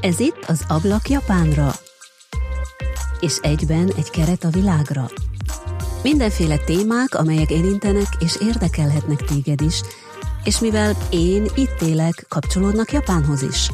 Ez itt az Ablak Japánra, és egyben egy keret a világra. Mindenféle témák, amelyek érintenek és érdekelhetnek téged is, és mivel én itt élek, kapcsolódnak Japánhoz is.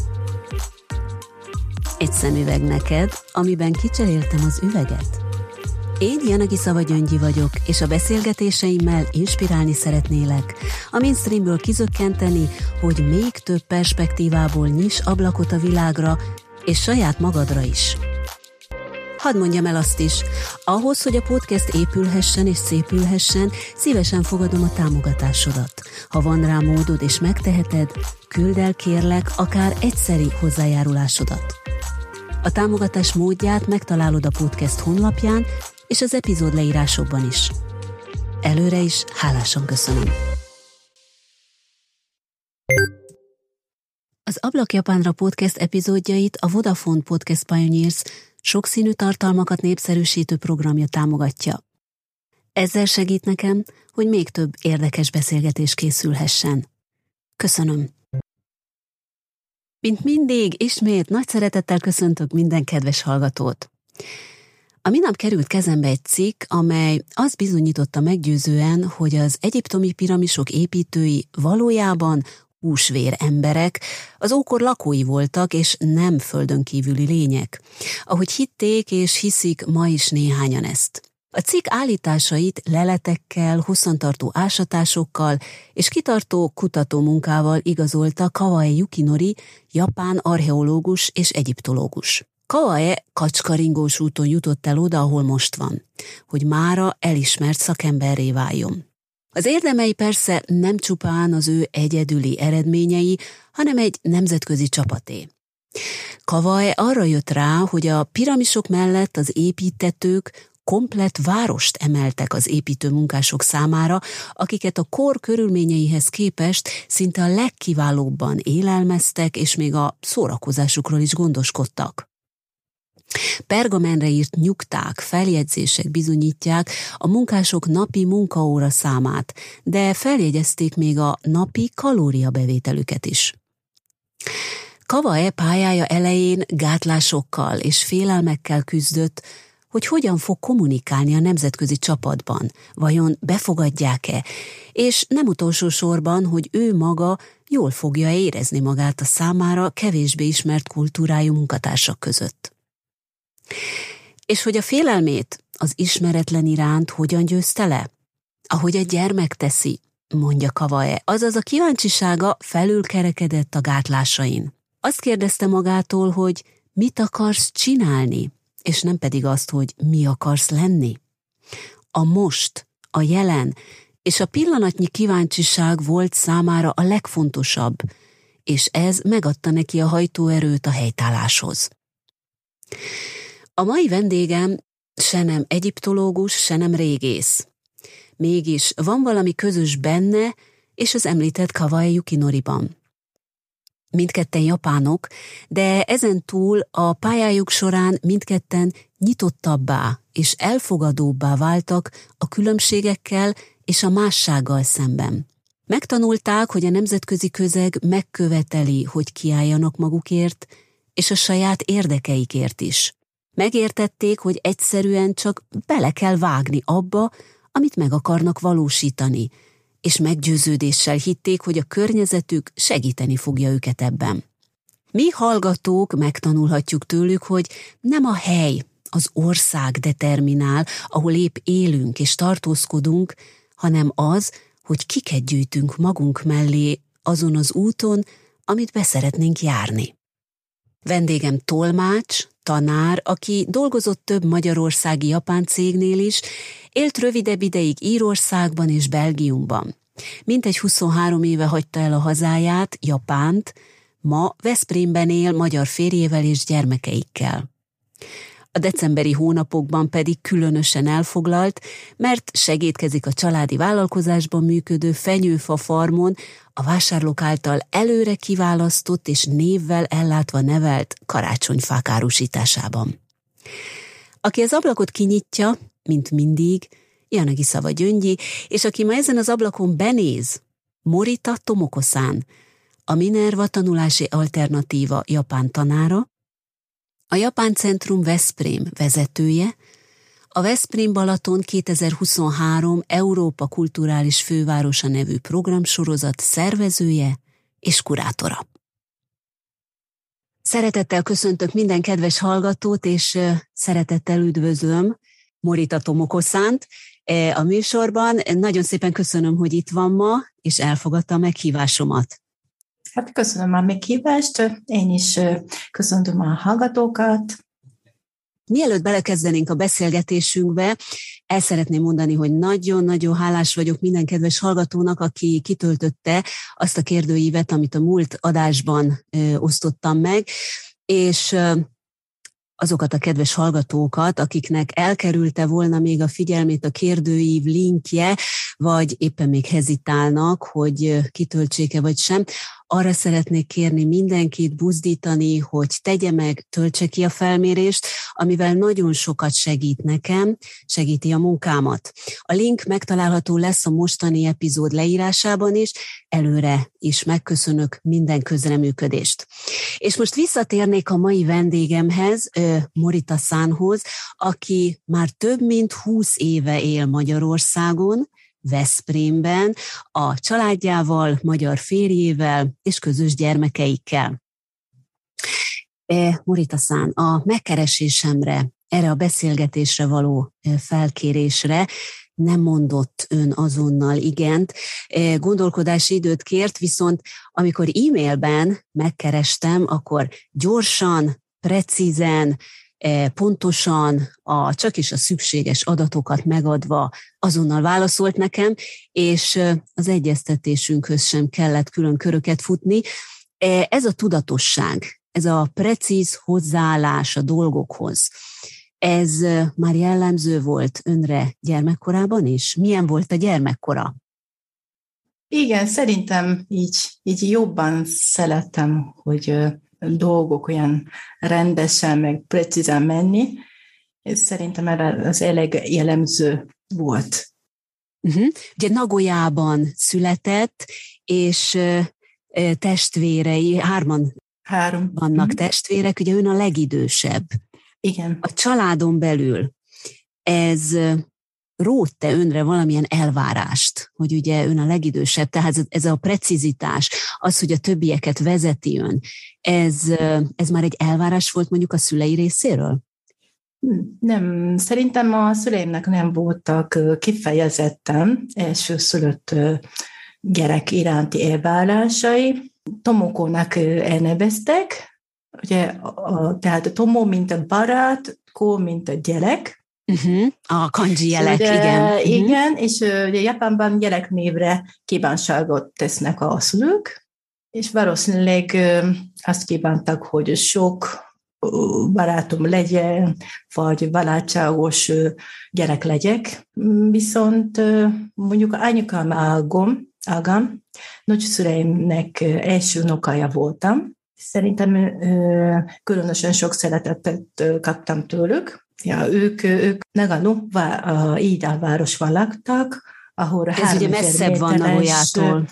Egy szemüveg neked, amiben kicseréltem az üveget. Én Janagisawa Gyöngyi vagyok, és a beszélgetéseimmel inspirálni szeretnélek, a mainstreamből kizökkenteni, hogy még több perspektívából nyiss ablakot a világra, és saját magadra is. Hadd mondjam el azt is, ahhoz, hogy a podcast épülhessen és szépülhessen, szívesen fogadom a támogatásodat. Ha van rá módod és megteheted, küldd el kérlek akár egyszeri hozzájárulásodat. A támogatás módját megtalálod a podcast honlapján és az epizód leírásokban is. Előre is hálásan köszönöm. Az Ablak Japánra podcast epizódjait a Vodafone Podcast Pioneers sokszínű tartalmakat népszerűsítő programja támogatja. Ezzel segít nekem, hogy még több érdekes beszélgetés készülhessen. Köszönöm! Mint mindig, ismét nagy szeretettel köszöntök minden kedves hallgatót. A minap került kezembe egy cikk, amely azt bizonyította meggyőzően, hogy az egyiptomi piramisok építői valójában húsvér emberek, az ókor lakói voltak, és nem földön kívüli lények. Ahogy hitték és hiszik ma is néhányan ezt. A cikk állításait leletekkel, hosszantartó ásatásokkal és kitartó kutatómunkával igazolta Kawae Yukinori, japán archeológus és egyiptológus. Kawae kacskaringós úton jutott el oda, ahol most van, hogy mára elismert szakemberré váljon. Az érdemei persze nem csupán az ő egyedüli eredményei, hanem egy nemzetközi csapaté. Kawae arra jött rá, hogy a piramisok mellett az építtetők komplett várost emeltek az építő munkások számára, akiket a kor körülményeihez képest szinte a legkiválóbban élelmeztek, és még a szórakozásukról is gondoskodtak. Pergamenre írt nyugták, feljegyzések bizonyítják a munkások napi munkaóra számát, de feljegyezték még a napi kalóriabevételüket is. Kawae pályája elején gátlásokkal és félelmekkel küzdött, hogy hogyan fog kommunikálni a nemzetközi csapatban, vajon befogadják-e, és nem utolsó sorban, hogy ő maga jól fogja érezni magát a számára kevésbé ismert kultúrájú munkatársak között. És hogy a félelmét az ismeretlen iránt hogyan győzte le? Ahogy egy gyermek teszi, mondja Kawae, azaz a kíváncsisága felülkerekedett a gátlásain. Azt kérdezte magától, hogy mit akarsz csinálni, és nem pedig azt, hogy mi akarsz lenni. A most, a jelen és a pillanatnyi kíváncsiság volt számára a legfontosabb, és ez megadta neki a hajtóerőt a helytálláshoz. A mai vendégem se nem egyiptológus, se nem régész. Mégis van valami közös benne és az említett Kawae Yukinoriban. Mindketten japánok, de ezen túl a pályájuk során mindketten nyitottabbá és elfogadóbbá váltak a különbségekkel és a mássággal szemben. Megtanulták, hogy a nemzetközi közeg megköveteli, hogy kiálljanak magukért, és a saját érdekeikért is. Megértették, hogy egyszerűen csak bele kell vágni abba, amit meg akarnak valósítani, és meggyőződéssel hitték, hogy a környezetük segíteni fogja őket ebben. Mi hallgatók megtanulhatjuk tőlük, hogy nem a hely, az ország determinál, ahol épp élünk és tartózkodunk, hanem az, hogy kiket gyűjtünk magunk mellé azon az úton, amit beszeretnénk járni. Vendégem tolmács, tanár, aki dolgozott több magyarországi japán cégnél is, élt rövidebb ideig Írországban és Belgiumban. Mintegy 23 éve hagyta el a hazáját, Japánt, ma Veszprémben él magyar férjével és gyermekeikkel. A decemberi hónapokban pedig különösen elfoglalt, mert segédkezik a családi vállalkozásban működő fenyőfa farmon, a vásárlók által előre kiválasztott és névvel ellátva nevelt karácsonyfák árusításában. Aki az ablakot kinyitja, mint mindig, Janagisawa Gyöngyi, és aki ma ezen az ablakon benéz, Morita Tomoko-san, a Minerva tanulási alternatíva japán tanára, a Japán Centrum Veszprém vezetője, a Veszprém Balaton 2023 Európa Kulturális Fővárosa nevű programsorozat szervezője és kurátora. Szeretettel köszöntök minden kedves hallgatót, és szeretettel üdvözlöm Morita Tomoko-szánt a műsorban. Nagyon szépen köszönöm, hogy itt van ma, és elfogadta a meghívásomat. Hát köszönöm a meghívást, én is köszöntöm a hallgatókat. Mielőtt belekezdenénk a beszélgetésünkbe, el szeretném mondani, hogy nagyon-nagyon hálás vagyok minden kedves hallgatónak, aki kitöltötte azt a kérdőívet, amit a múlt adásban osztottam meg, és azokat a kedves hallgatókat, akiknek elkerülte volna még a figyelmét a kérdőív linkje, vagy éppen még hezitálnak, hogy kitöltsék-e vagy sem, arra szeretnék kérni mindenkit, buzdítani, hogy tegye meg, töltse ki a felmérést, amivel nagyon sokat segít nekem, segíti a munkámat. A link megtalálható lesz a mostani epizód leírásában is, előre is megköszönök minden közreműködést. És most visszatérnék a mai vendégemhez, Morita-sanhoz, aki már több mint 20 éve él Magyarországon, Veszprémben, a családjával, magyar férjével és közös gyermekeikkel. Morita-san, a megkeresésemre, erre a beszélgetésre való felkérésre nem mondott ön azonnal igent. Gondolkodási időt kért, viszont amikor e-mailben megkerestem, akkor gyorsan, precízen, pontosan, csak is a szükséges adatokat megadva azonnal válaszolt nekem, és az egyeztetésünkhöz sem kellett külön köröket futni. Ez a tudatosság, ez a precíz hozzáállás a dolgokhoz, ez már jellemző volt önre gyermekkorában is? Milyen volt a gyermekkora? Igen, szerintem így jobban szerettem, hogy dolgok olyan rendesen, meg precízen menni, és szerintem ez elég jellemző volt. Ugye Nagoyában született, és testvérei, hárman vannak testvérek, ugye ön a legidősebb. Igen. A családon belül ez rótt-e önre valamilyen elvárást, hogy ugye ön a legidősebb, tehát ez a precizitás, az, hogy a többieket vezeti ön, ez már egy elvárás volt mondjuk a szülei részéről? Nem, szerintem a szüleimnek nem voltak kifejezetten elsőszülött gyerek iránti elvárásai. Tomokónak elneveztek, ugye, tehát a Tomo, mint a barát, Ko, mint a gyerek. A kanji jelek, igen. Igen, és ugye Japánban gyereknévre kívánságot tesznek a szülők, és valószínűleg azt kívántak, hogy sok barátom legyen, vagy barátságos gyerek legyek. Viszont mondjuk anyukám ágam, nagyszüleimnek első unokája voltam. Szerintem különösen sok szeretetet kaptam tőlük. Ja, ők Nagano, Ida városban laktak, ahol ez ugye messzebb van Nagoyától.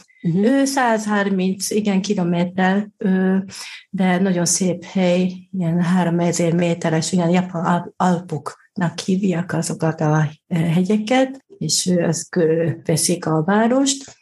130 kilométer, de nagyon szép hely, ilyen 3000 méteres, ilyen japán alpoknak hívják azokat a hegyeket, és ez körülveszik a várost.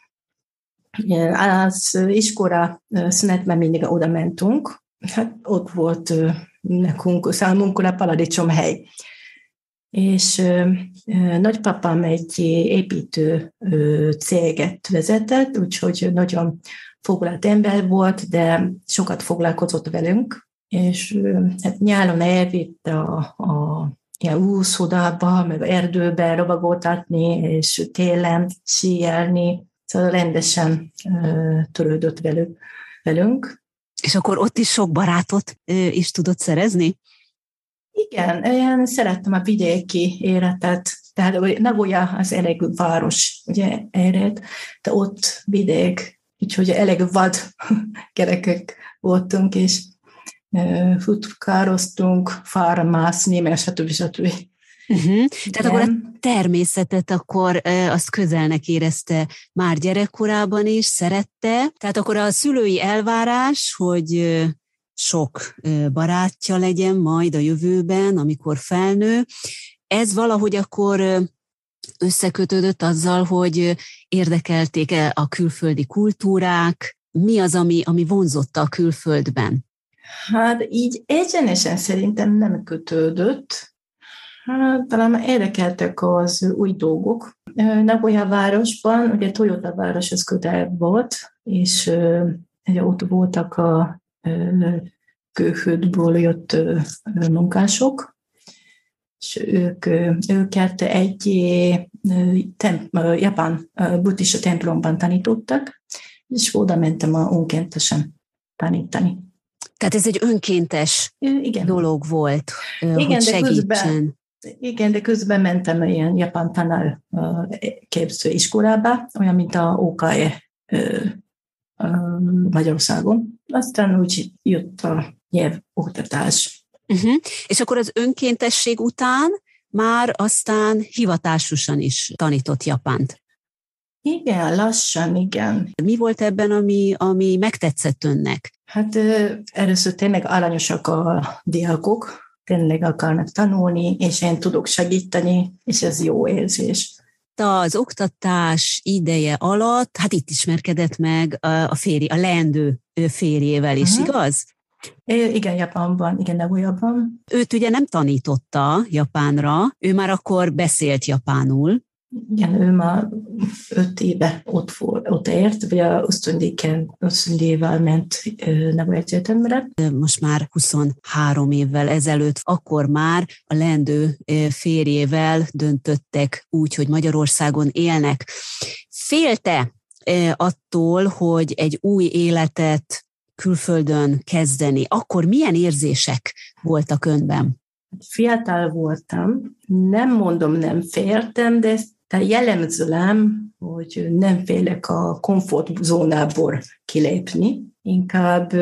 Az iskola szünetben mindig oda mentünk, hát ott volt nekünk, számunkra paradicsom hely. És nagypapám egy építő céget vezetett, úgyhogy nagyon foglalt ember volt, de sokat foglalkozott velünk, és hát nyáron elvitt a ilyen úszodába, meg erdőbe lovagoltatni, és télen síelni, szóval rendesen törődött velünk. És akkor ott is sok barátot is tudott szerezni? Igen, én szerettem a vidéki életet, tehát Nagoya az elég város, ugye ered, de ott vidék, úgyhogy elég vad gyerekek voltunk, és futkároztunk, fára mászni, meg stb. Tehát akkor a természetet akkor azt közelnek érezte már gyerekkorában is, szerette. Tehát akkor a szülői elvárás, hogy sok barátja legyen majd a jövőben, amikor felnő. Ez valahogy akkor összekötődött azzal, hogy érdekelték-e a külföldi kultúrák, mi az, ami vonzotta a külföldben? Hát így egyenesen szerintem nem kötődött. Hát, talán érdekeltek az új dolgok. Nagoya városban, ugye Toyota város az közel volt, és ugye ott voltak a külföldből jött munkások, és őket egy japán buddhista templomban tanítottak, és oda mentem önkéntesen tanítani. Tehát ez egy önkéntes dolog volt, hogy segítsen. Igen, de közben mentem ilyen japán tanár képző iskolába, olyan, mint a OKE Magyarországon. Aztán úgy jött a nyelvoktatás. És akkor az önkéntesség után már aztán hivatásosan is tanított japánt. Igen, lassan, igen. Mi volt ebben, ami megtetszett önnek? Hát először tényleg aranyosak a diákok, tényleg akarnak tanulni, és én tudok segíteni, és ez jó érzés. Az oktatás ideje alatt, hát itt ismerkedett meg a leendő férjével is, igaz? Igen, Japánban, igen, Nagójában. Őt ugye nem tanította japánra, ő már akkor beszélt japánul. Igen, ő már 5 éve ott ért, vagy a ösztöndíjjel ment Nagoya Egyetemre. Most már 23 évvel ezelőtt, akkor már a leendő férjével döntöttek úgy, hogy Magyarországon élnek. Félte attól, hogy egy új életet külföldön kezdeni, akkor milyen érzések voltak önben? Fiatal voltam, nem mondom, nem féltem, de jellemzően, hogy nem félek a komfortzónából kilépni. Inkább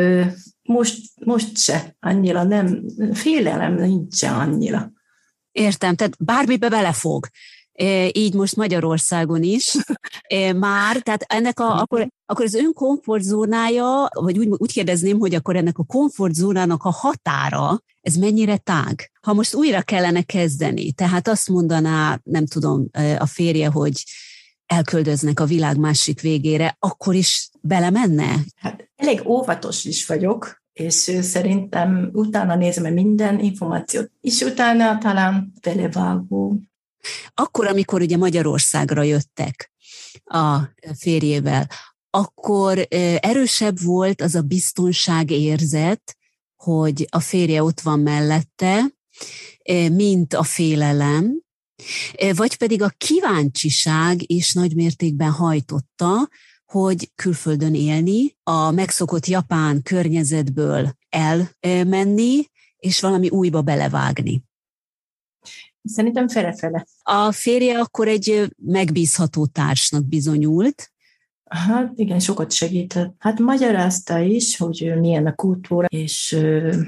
most se annyira nem, félelem nincsen annyira. Értem, tehát bármibe belefog. Így most Magyarországon is már, tehát ennek akkor az ön komfortzónája, vagy úgy kérdezném, hogy akkor ennek a komfortzónának a határa, ez mennyire tág? Ha most újra kellene kezdeni, tehát azt mondaná, nem tudom, a férje, hogy elköltöznek a világ másik végére, akkor is belemenne? Hát elég óvatos is vagyok, és szerintem utána nézem minden információt, és utána talán belevágó. Akkor, amikor ugye Magyarországra jöttek a férjével, akkor erősebb volt az a biztonságérzet, hogy a férje ott van mellette, mint a félelem, vagy pedig a kíváncsiság is nagymértékben hajtotta, hogy külföldön élni, a megszokott japán környezetből elmenni, és valami újba belevágni. Szerintem fele-fele. A férje akkor egy megbízható társnak bizonyult. Hát igen, sokat segített. Hát magyarázta is, hogy milyen a kultúra, és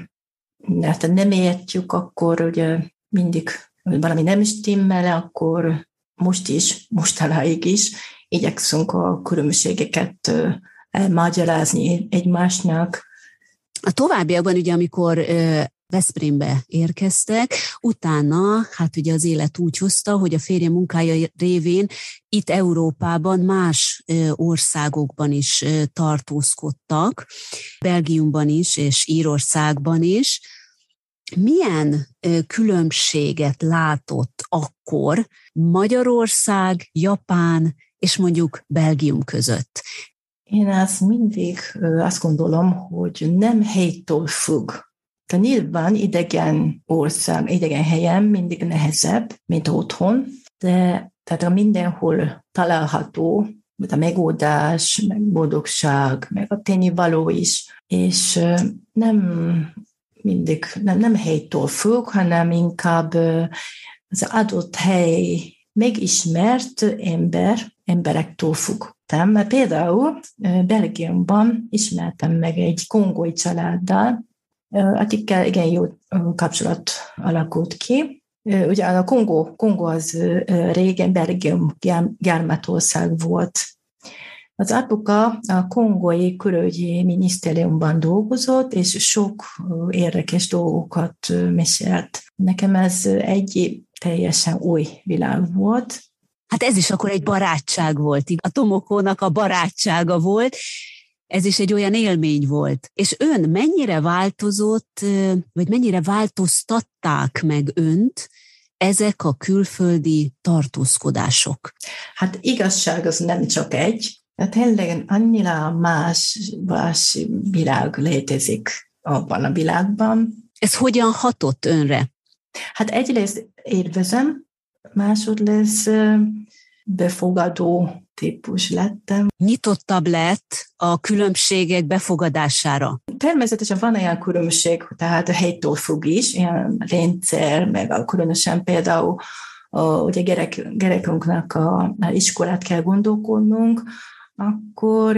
hát nem értjük, akkor ugye mindig valami nem stimmel, akkor mostanáig is igyekszünk a különbségeket elmagyarázni egymásnak. A továbbiakban ugye, amikor Veszprémbe érkeztek, utána hát ugye az élet úgy hozta, hogy a férje munkája révén itt Európában más országokban is tartózkodtak, Belgiumban is és Írországban is. Milyen különbséget látott akkor Magyarország, Japán és mondjuk Belgium között? Én mindig azt gondolom, hogy nem helytől függ. De nyilván idegen ország, idegen helyen mindig nehezebb, mint otthon, de tehát mindenhol található a megoldás, meg boldogság, meg a tennivaló is, és nem helytől függ, hanem inkább az adott hely megismert emberektől függ. Mert például Belgiumban ismertem meg egy kongói családdal, akikkel igen jó kapcsolat alakult ki. Ugye a Kongó az régen Belgium gyarmatország volt. Az apuka a kongói külügyi minisztériumban dolgozott, és sok érdekes dolgokat mesélt. Nekem ez egy teljesen új világ volt. Hát ez is akkor egy barátság volt, a Tomokónak a barátsága volt, ez is egy olyan élmény volt. És ön mennyire változott, vagy mennyire változtatták meg önt ezek a külföldi tartózkodások? Hát igazság az nem csak egy. Tényleg annyira más világ létezik abban a világban. Ez hogyan hatott önre? Hát egyrészt élvezem, másodrészt befogadó típus lettem. Nyitottabb lett a különbségek befogadására? Természetesen van olyan különbség, tehát a helytől függ is, ilyen rendszer, meg különösen például ugye gyerekünknek a iskolát kell gondolkodnunk, akkor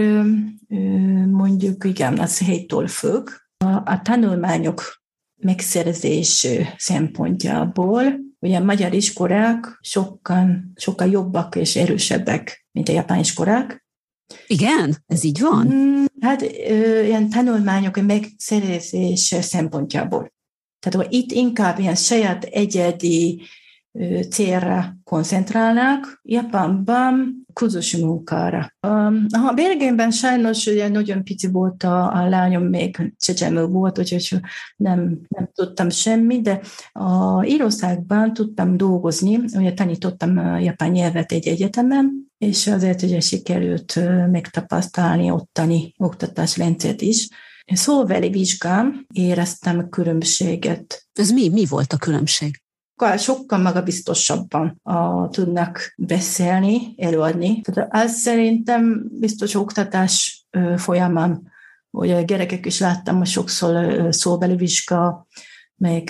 mondjuk igen, az helytől függ. A tanulmányok megszerzés szempontjából ugye a magyar iskolák sokkal jobbak és erősebbek, mint a japán iskolák. Igen? Ez így van? Hát ilyen tanulmányok megszerzés szempontjából. Tehát itt inkább ilyen saját egyedi célra koncentrálnak, Japánban közös munkára. A Belgiumban sajnos ugye nagyon pici volt a lányom, még csecsemő volt, úgyhogy nem tudtam semmi, de a Írországban tudtam dolgozni, ugye tanítottam a japán nyelvet egy egyetemen, és azért ugye sikerült megtapasztalni ottani oktatásrendszert is. Szóveli vizsgán éreztem különbséget. Ez mi volt a különbség? Sokkal magabiztosabban tudnak beszélni, előadni. Tehát az szerintem biztos oktatás folyamán, hogy a gyerekek is láttam, hogy sokszor szóbeli vizsga, meg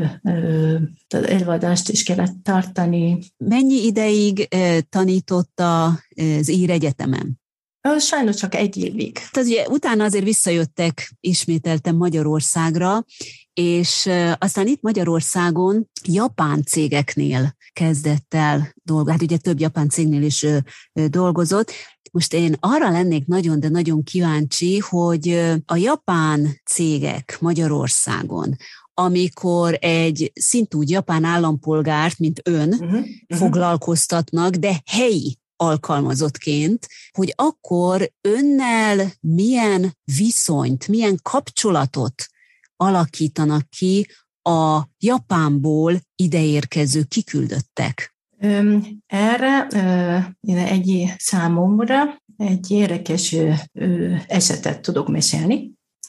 előadást is kellett tartani. Mennyi ideig tanította az Ír Egyetemen? Sajnos csak egy évig. Tehát ugye utána azért visszajöttek ismételten Magyarországra, és aztán itt Magyarországon japán cégeknél kezdett el dolgozni. Hát ugye több japán cégnél is dolgozott. Most én arra lennék nagyon, de nagyon kíváncsi, hogy a japán cégek Magyarországon, amikor egy szintúgy japán állampolgárt, mint ön, foglalkoztatnak, de helyi alkalmazottként, hogy akkor önnel milyen viszonyt, milyen kapcsolatot alakítanak ki a Japánból ideérkező kiküldöttek? Erre egy számomra egy érdekes esetet tudok mesélni.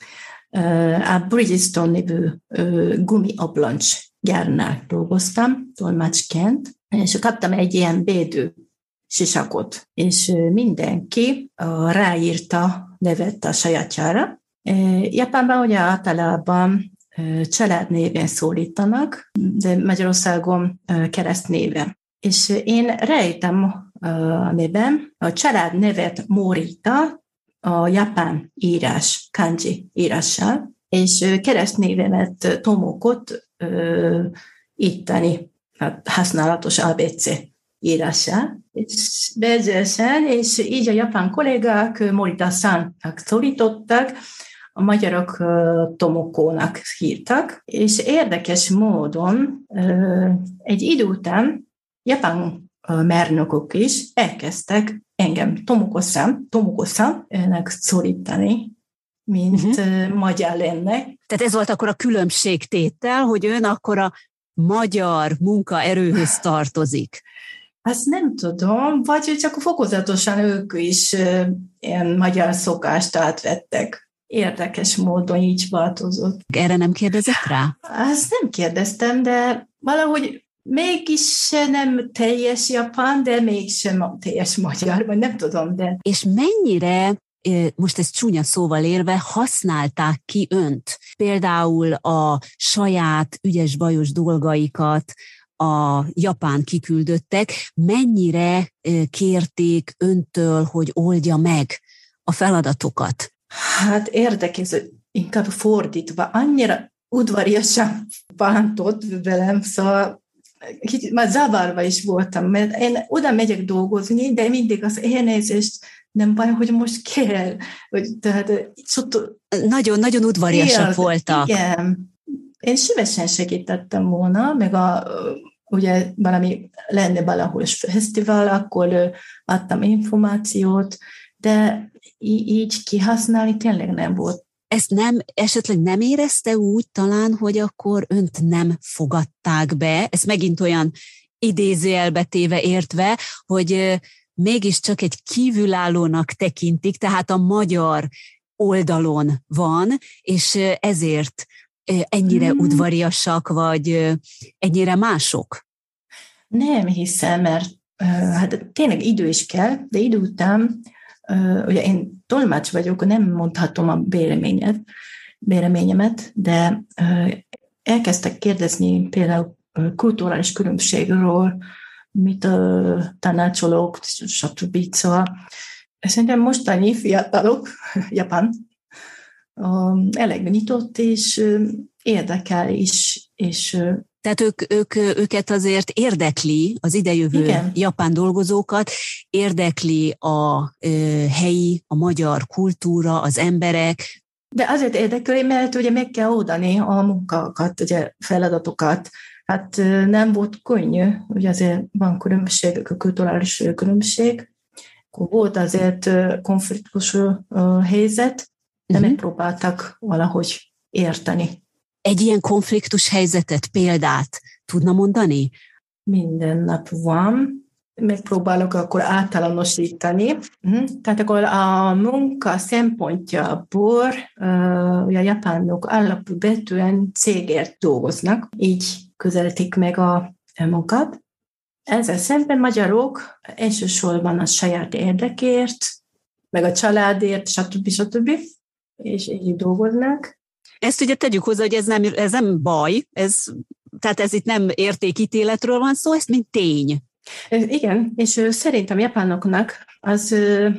A Bridgestone nevű gumiablancs gyárnál dolgoztam, tolmácsként, és kaptam egy ilyen védő sisakot, és mindenki ráírta nevet a sajátjára. Japánban ugye általában családnéven szólítanak, de Magyarországon keresztnéven. És én ráírtam a nevem, a család nevet Morita, a japán írás, kanji írással, és keresztnévemet Tomokot itteni, használatos ABC írással, és bezősen, és így a japán kollégák Morita-sannak szólítottak, a magyarok Tomokónak hívtak, és érdekes módon egy idő után japán mérnökök is elkezdtek engem Tomoko-sannak szólítani, mint magyar lennek. Tehát ez volt akkor a különbségtétel, hogy ön akkor a magyar munkaerőhöz tartozik. Azt nem tudom, vagy csak fokozatosan ők is ilyen magyar szokást átvettek. Érdekes módon így változott. Erre nem kérdezett rá? Azt nem kérdeztem, de valahogy mégis nem teljes japán, de mégsem teljes magyar, vagy nem tudom, de... És mennyire, most ezt csúnya szóval élve, használták ki önt? Például a saját ügyes-bajos dolgaikat a japán kiküldöttek, mennyire kérték öntől, hogy oldja meg a feladatokat? Hát érdekes, inkább fordítva, annyira udvariasan bántott velem, szóval már zavarva is voltam, mert én oda megyek dolgozni, de mindig az elnézést nem baj, hogy most kell. Tehát, nagyon udvariasak voltak. Igen. Én szívesen segítettem volna, meg ugye valami lenne valahol fesztivál, akkor adtam információt, de így kihasználni tényleg nem volt. Ezt esetleg nem érezte úgy talán, hogy akkor önt nem fogadták be? Ez megint olyan idézőjelbe téve értve, hogy mégiscsak egy kívülállónak tekintik, tehát a magyar oldalon van, és ezért ennyire udvariasak, vagy ennyire mások? Nem hiszem, mert hát tényleg idő is kell, de idő után, ugye én tolmács vagyok, nem mondhatom a véleményemet, de elkezdtek kérdezni például kulturális különbségről, mit tanácsolok, stb. Szóval szerintem mostani fiatalok, Japán, elég nyitott, és érdekel is. Tehát őket azért érdekli az idejövő Igen. japán dolgozókat, érdekli a helyi, a magyar kultúra, az emberek. De azért érdekli, mert ugye meg kell oldani a munkákat, ugye feladatokat. Hát nem volt könnyű, ugye azért van különbség, kulturális különbség. Volt azért konfliktus helyzet, de megpróbáltak valahogy érteni. Egy ilyen konfliktus helyzetet, példát tudna mondani? Minden nap van. Megpróbálok akkor általánosítani. Tehát akkor a munka szempontjából a japánok alapvetően cégért dolgoznak, így közelítik meg a munkát. Ezzel szemben magyarok elsősorban a saját érdekért, meg a családért, stb. És így dolgoznak. Ezt ugye tegyük hozzá, hogy ez nem baj, tehát ez itt nem értékítéletről van szó, ez mint tény. Igen, és szerintem japánoknak az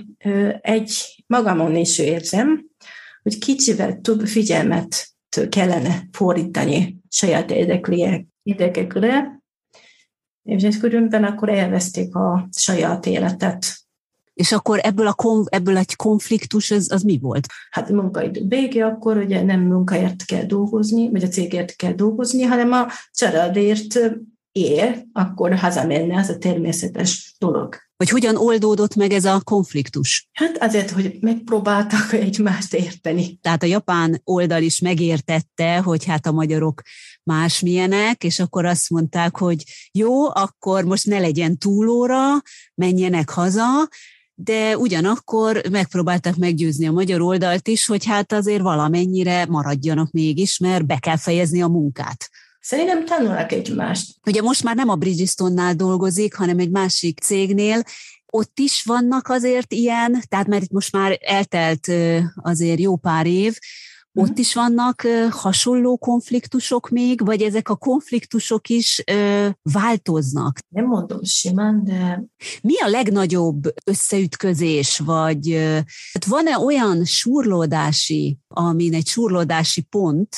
egy magamon is érzem, hogy kicsivel több figyelmet kellene fordítani saját érdekekre, és különben akkor elveszték a saját életet. És akkor ebből egy konfliktus az mi volt? Hát munkaidő vége, akkor ugye nem munkáért kell dolgozni, vagy a cégért kell dolgozni, hanem a családért él, akkor hazamenne, az a természetes dolog. Hogy hogyan oldódott meg ez a konfliktus? Hát azért, hogy megpróbáltak egymást érteni. Tehát a japán oldal is megértette, hogy hát a magyarok másmilyenek, és akkor azt mondták, hogy jó, akkor most ne legyen túlóra, menjenek haza, de ugyanakkor megpróbáltak meggyőzni a magyar oldalt is, hogy hát azért valamennyire maradjanak mégis, mert be kell fejezni a munkát. Szerintem tanulnak egymást. Ugye most már nem a Bridgestone-nál dolgozik, hanem egy másik cégnél. Ott is vannak azért ilyen, tehát mert itt most már eltelt azért jó pár év, ott is vannak hasonló konfliktusok még, vagy ezek a konfliktusok is változnak? Nem mondom simán, de... Mi a legnagyobb összeütközés, vagy hát van-e olyan surlódási, amin egy surlódási pont,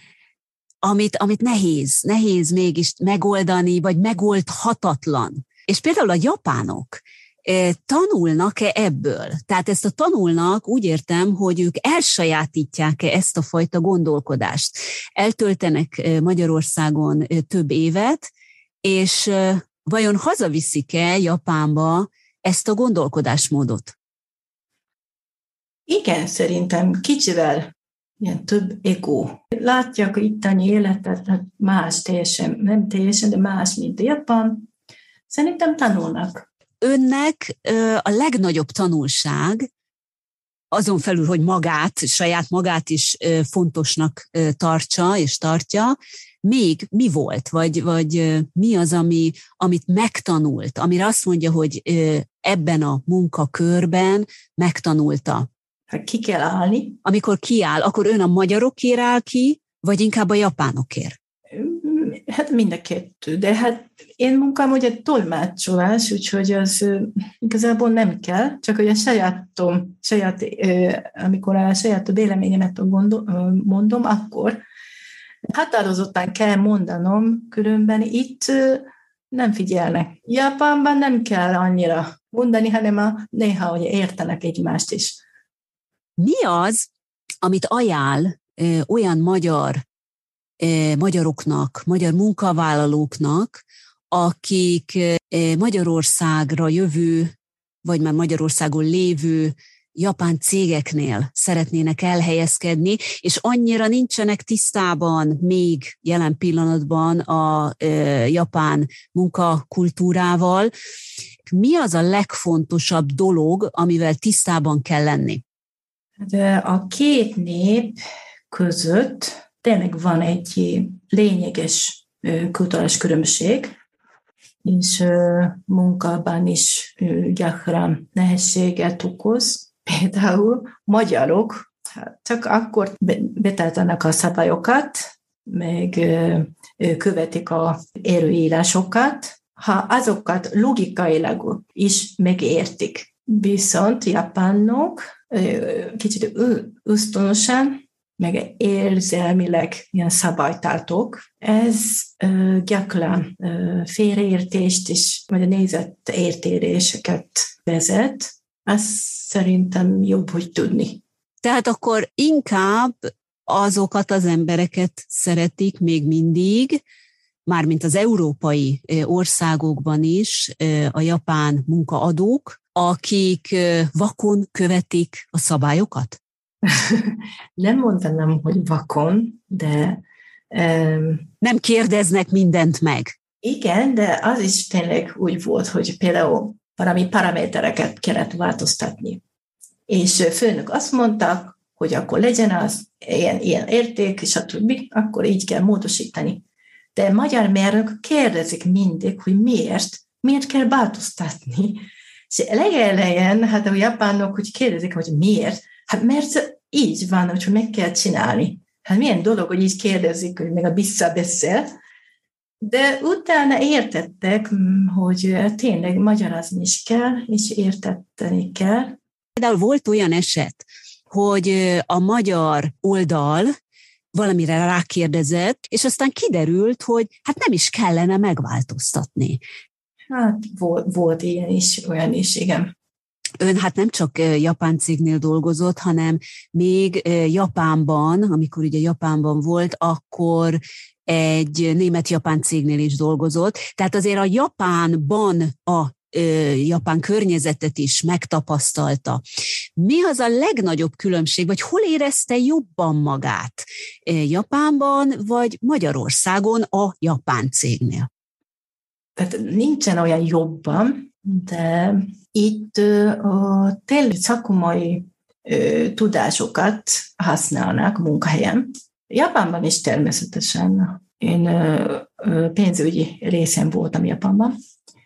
amit nehéz mégis megoldani, vagy megoldhatatlan? És például a japánok tanulnak-e ebből? Tehát ezt a tanulnak úgy értem, hogy ők elsajátítják-e ezt a fajta gondolkodást. Eltöltenek Magyarországon több évet, és vajon hazaviszik-e Japánba ezt a gondolkodásmódot? Igen, szerintem kicsivel ilyen több ego. Látják itteni életet, hát más teljesen, nem teljesen, de más, mint a Japán. Szerintem tanulnak. Önnek a legnagyobb tanulság, azon felül, hogy saját magát is fontosnak tartsa és tartja, még mi volt, vagy mi az, amit megtanult, amire azt mondja, hogy ebben a munkakörben megtanulta? Hát ki kell állni. Amikor kiáll, akkor ön a magyarokért áll ki, vagy inkább a japánokért? Hát mind a kettő, de hát én munkám ugye tolmácsolás, úgyhogy az igazából nem kell, csak hogy amikor a saját véleményemet mondom, akkor határozottan kell mondanom, különben itt nem figyelnek. Japánban nem kell annyira mondani, hanem néha hogy értenek egymást is. Mi az, amit ajánl olyan magyaroknak, magyar munkavállalóknak, akik Magyarországra jövő, vagy már Magyarországon lévő japán cégeknél szeretnének elhelyezkedni, és annyira nincsenek tisztában még jelen pillanatban a japán munkakultúrával. Mi az a legfontosabb dolog, amivel tisztában kell lenni? De a két nép között tényleg van egy lényeges kulturális különbség, és munkában is gyakran nehézséget okoz. Például magyarok csak akkor betartanak a szabályokat, meg követik az előírásokat, ha azokat logikailag is megértik. Viszont japánok kicsit ösztönösen, meg érzelmileg ilyen szabálytartók. Ez gyakran félreértést és vagy a nézetértéréseket vezet. Azt szerintem jobb, hogy tudni. Tehát akkor inkább azokat az embereket szeretik még mindig, mármint az európai országokban is a japán munkaadók, akik vakon követik a szabályokat? Nem mondanám, hogy vakon, de... Nem kérdeznek mindent meg. Igen, de az is tényleg úgy volt, hogy például valami paramétereket kellett változtatni. És főnök azt mondta, hogy akkor legyen az ilyen érték, és a többi, akkor így kell módosítani. De magyar mérnök kérdezik mindig, hogy miért kell változtatni. És legelején, hát a japánok úgy kérdezik, hogy miért. Hát mert így van, hogy meg kell csinálni. Hát milyen dolog, hogy így kérdezik, hogy meg a visszabeszél. De utána értettek, hogy tényleg magyarázni is kell, és értetteni kell. Például volt olyan eset, hogy a magyar oldal valamire rákérdezett, és aztán kiderült, hogy hát nem is kellene megváltoztatni. Hát volt ilyen is, olyan is, igen. Ön hát nem csak japán cégnél dolgozott, hanem még Japánban, amikor ugye Japánban volt, akkor egy német-japán cégnél is dolgozott. Tehát azért a Japánban a japán környezetet is megtapasztalta. Mi az a legnagyobb különbség, vagy hol érezte jobban magát? Japánban, vagy Magyarországon a japán cégnél? Tehát nincsen olyan jobban, de itt tényleg szakmai tudásokat használnak munkahelyen. Japánban is természetesen. Én pénzügyi részen voltam Japánban,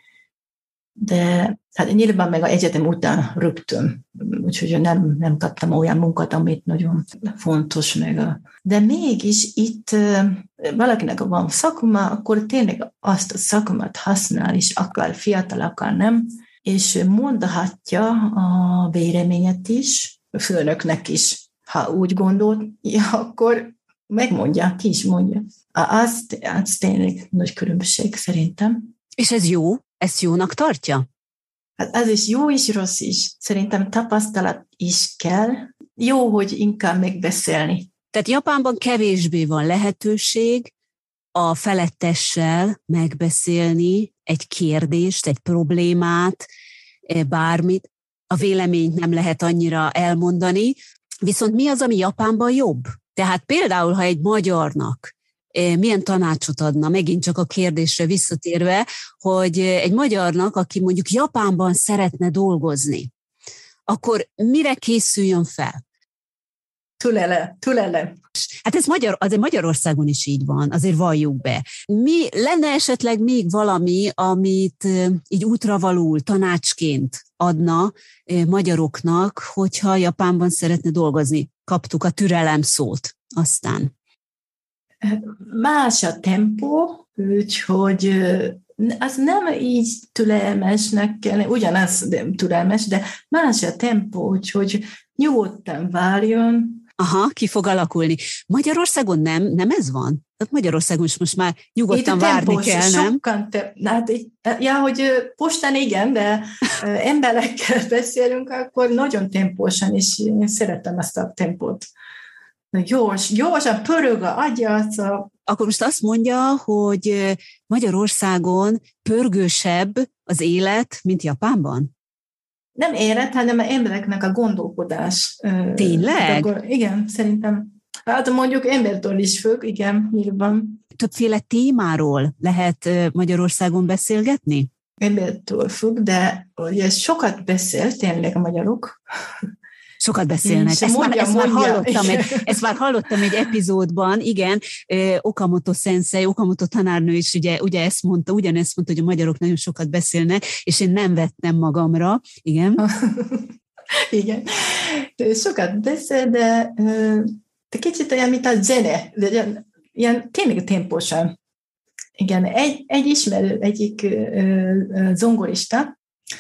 de hát nyilván meg az egyetem után rögtön, úgyhogy nem kaptam olyan munkát, amit nagyon fontos meg. De mégis itt valakinek van szakma, akkor tényleg azt a szakmát használ, és akár fiatal, akár nem, és mondhatja a véleményet is, a főnöknek is, ha úgy gondolt, akkor megmondja, ki is mondja. Az tényleg nagy különbség szerintem. És ez jó? Ezt jónak tartja? Hát az is jó és rossz is. Szerintem tapasztalat is kell. Jó, hogy inkább megbeszélni. Tehát Japánban kevésbé van lehetőség a felettessel megbeszélni egy kérdést, egy problémát, bármit. A véleményt nem lehet annyira elmondani. Viszont mi az, ami Japánban jobb? Tehát például, ha egy magyarnak milyen tanácsot adna, megint csak a kérdésre visszatérve, hogy egy magyarnak, aki mondjuk Japánban szeretne dolgozni, akkor mire készüljön fel? Türelem. Hát ez azért Magyarországon is így van, azért valljuk be. Mi lenne esetleg még valami, amit így útravalul tanácsként adna magyaroknak, hogyha Japánban szeretne dolgozni? Kaptuk a türelem szót aztán. Más a tempó, úgyhogy az nem így türelmesnek kell, ugyanaz türelmes, de más a tempó, úgyhogy nyugodtan várjon, Aha, ki fog alakulni. Magyarországon nem ez van? Tehát Magyarországon is most már nyugodtan várni kell, nem? Hogy postán igen, de emberekkel beszélünk, akkor nagyon tempósan, és én szeretem ezt a tempót. Gyorsan pörög a agyaca. Akkor most azt mondja, hogy Magyarországon pörgősebb az élet, mint Japánban? Nem élet, hanem az embereknek a gondolkodás. Tényleg? Igen, szerintem. Hát mondjuk embertől is függ, igen, nyilván. Többféle témáról lehet Magyarországon beszélgetni? Embertől függ, de ugye sokat beszél tényleg a magyarok. Sokat beszélnek. Ezt már hallottam egy epizódban, igen, Okamoto sensei, Okamoto tanárnő is ugye ezt mondta, ugyanezt mondta, hogy a magyarok nagyon sokat beszélnek, és én nem vettem magamra, igen. Igen. Sokat beszél, de kicsit olyan, mint a zene, de ilyen tényleg tempósan. Igen, egy ismerő, egyik zongorista,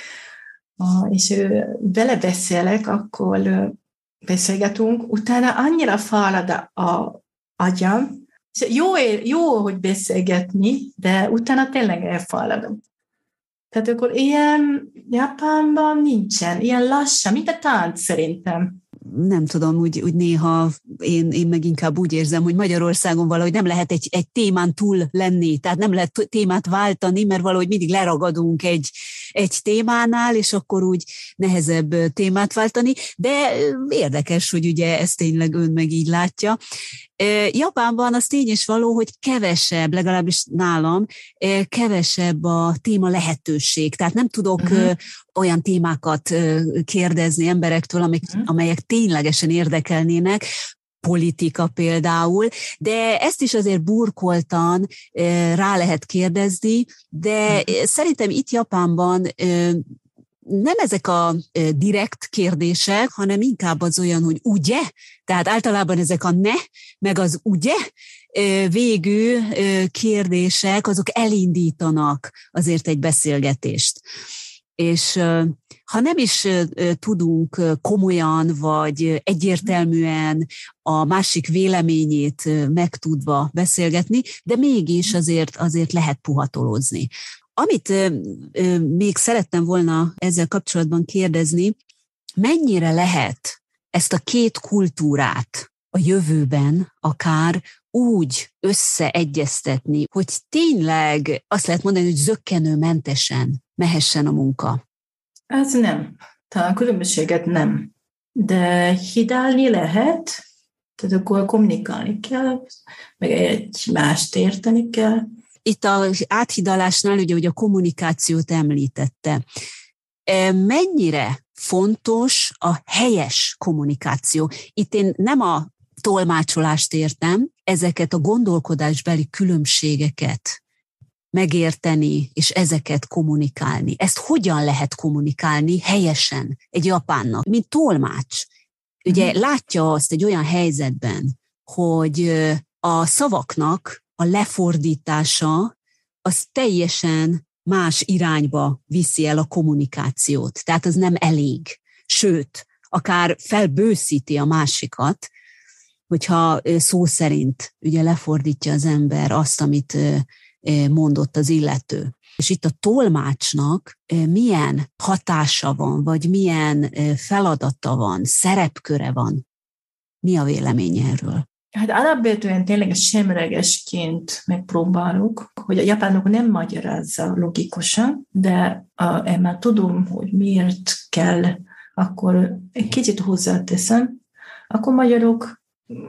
és vele beszélek, akkor beszélgetünk, utána annyira fárad a agyam, és jó, hogy beszélgetni, de utána tényleg elfáradom. Tehát akkor ilyen Japánban nincsen, ilyen lassan, mint a tánc szerintem. Nem tudom, úgy néha én meg inkább úgy érzem, hogy Magyarországon valahogy nem lehet egy témán túl lenni, tehát nem lehet témát váltani, mert valahogy mindig leragadunk egy témánál, és akkor úgy nehezebb témát váltani, de érdekes, hogy ugye ezt tényleg ön meg így látja. Japánban az tény és való, hogy kevesebb, legalábbis nálam, kevesebb a téma lehetőség. Tehát nem tudok olyan témákat kérdezni emberektől, amelyek ténylegesen érdekelnének, politika például, de ezt is azért burkoltan rá lehet kérdezni, de szerintem itt Japánban nem ezek a direkt kérdések, hanem inkább az olyan, hogy ugye? Tehát általában ezek a ne, meg az ugye végű kérdések, azok elindítanak azért egy beszélgetést. És ha nem is tudunk komolyan vagy egyértelműen a másik véleményét megtudva beszélgetni, de mégis azért lehet puhatolózni. Amit még szerettem volna ezzel kapcsolatban kérdezni, mennyire lehet ezt a két kultúrát a jövőben akár úgy összeegyeztetni, hogy tényleg azt lehet mondani, hogy zökkenőmentesen mehessen a munka? Ez nem. Talán különbséget nem. De hidalni lehet, tehát akkor kommunikálni kell, meg egymást érteni kell. Itt az áthidalásnál ugye a kommunikációt említette. Mennyire fontos a helyes kommunikáció? Itt én nem a tolmácsolást értem, ezeket a gondolkodásbeli különbségeket megérteni, és ezeket kommunikálni. Ezt hogyan lehet kommunikálni helyesen egy japánnak, mint tolmács? Ugye látja azt egy olyan helyzetben, hogy a szavaknak a lefordítása az teljesen más irányba viszi el a kommunikációt. Tehát az nem elég. Sőt, akár felbőszíti a másikat, hogyha szó szerint ugye lefordítja az ember azt, amit mondott az illető. És itt a tolmácsnak milyen hatása van, vagy milyen feladata van, szerepköre van? Mi a vélemény erről? Hát alapvetően tényleg semlegesként megpróbálok, hogy a japánok nem magyarázza logikusan, de én már tudom, hogy miért kell, akkor egy kicsit hozzáteszem, akkor magyarok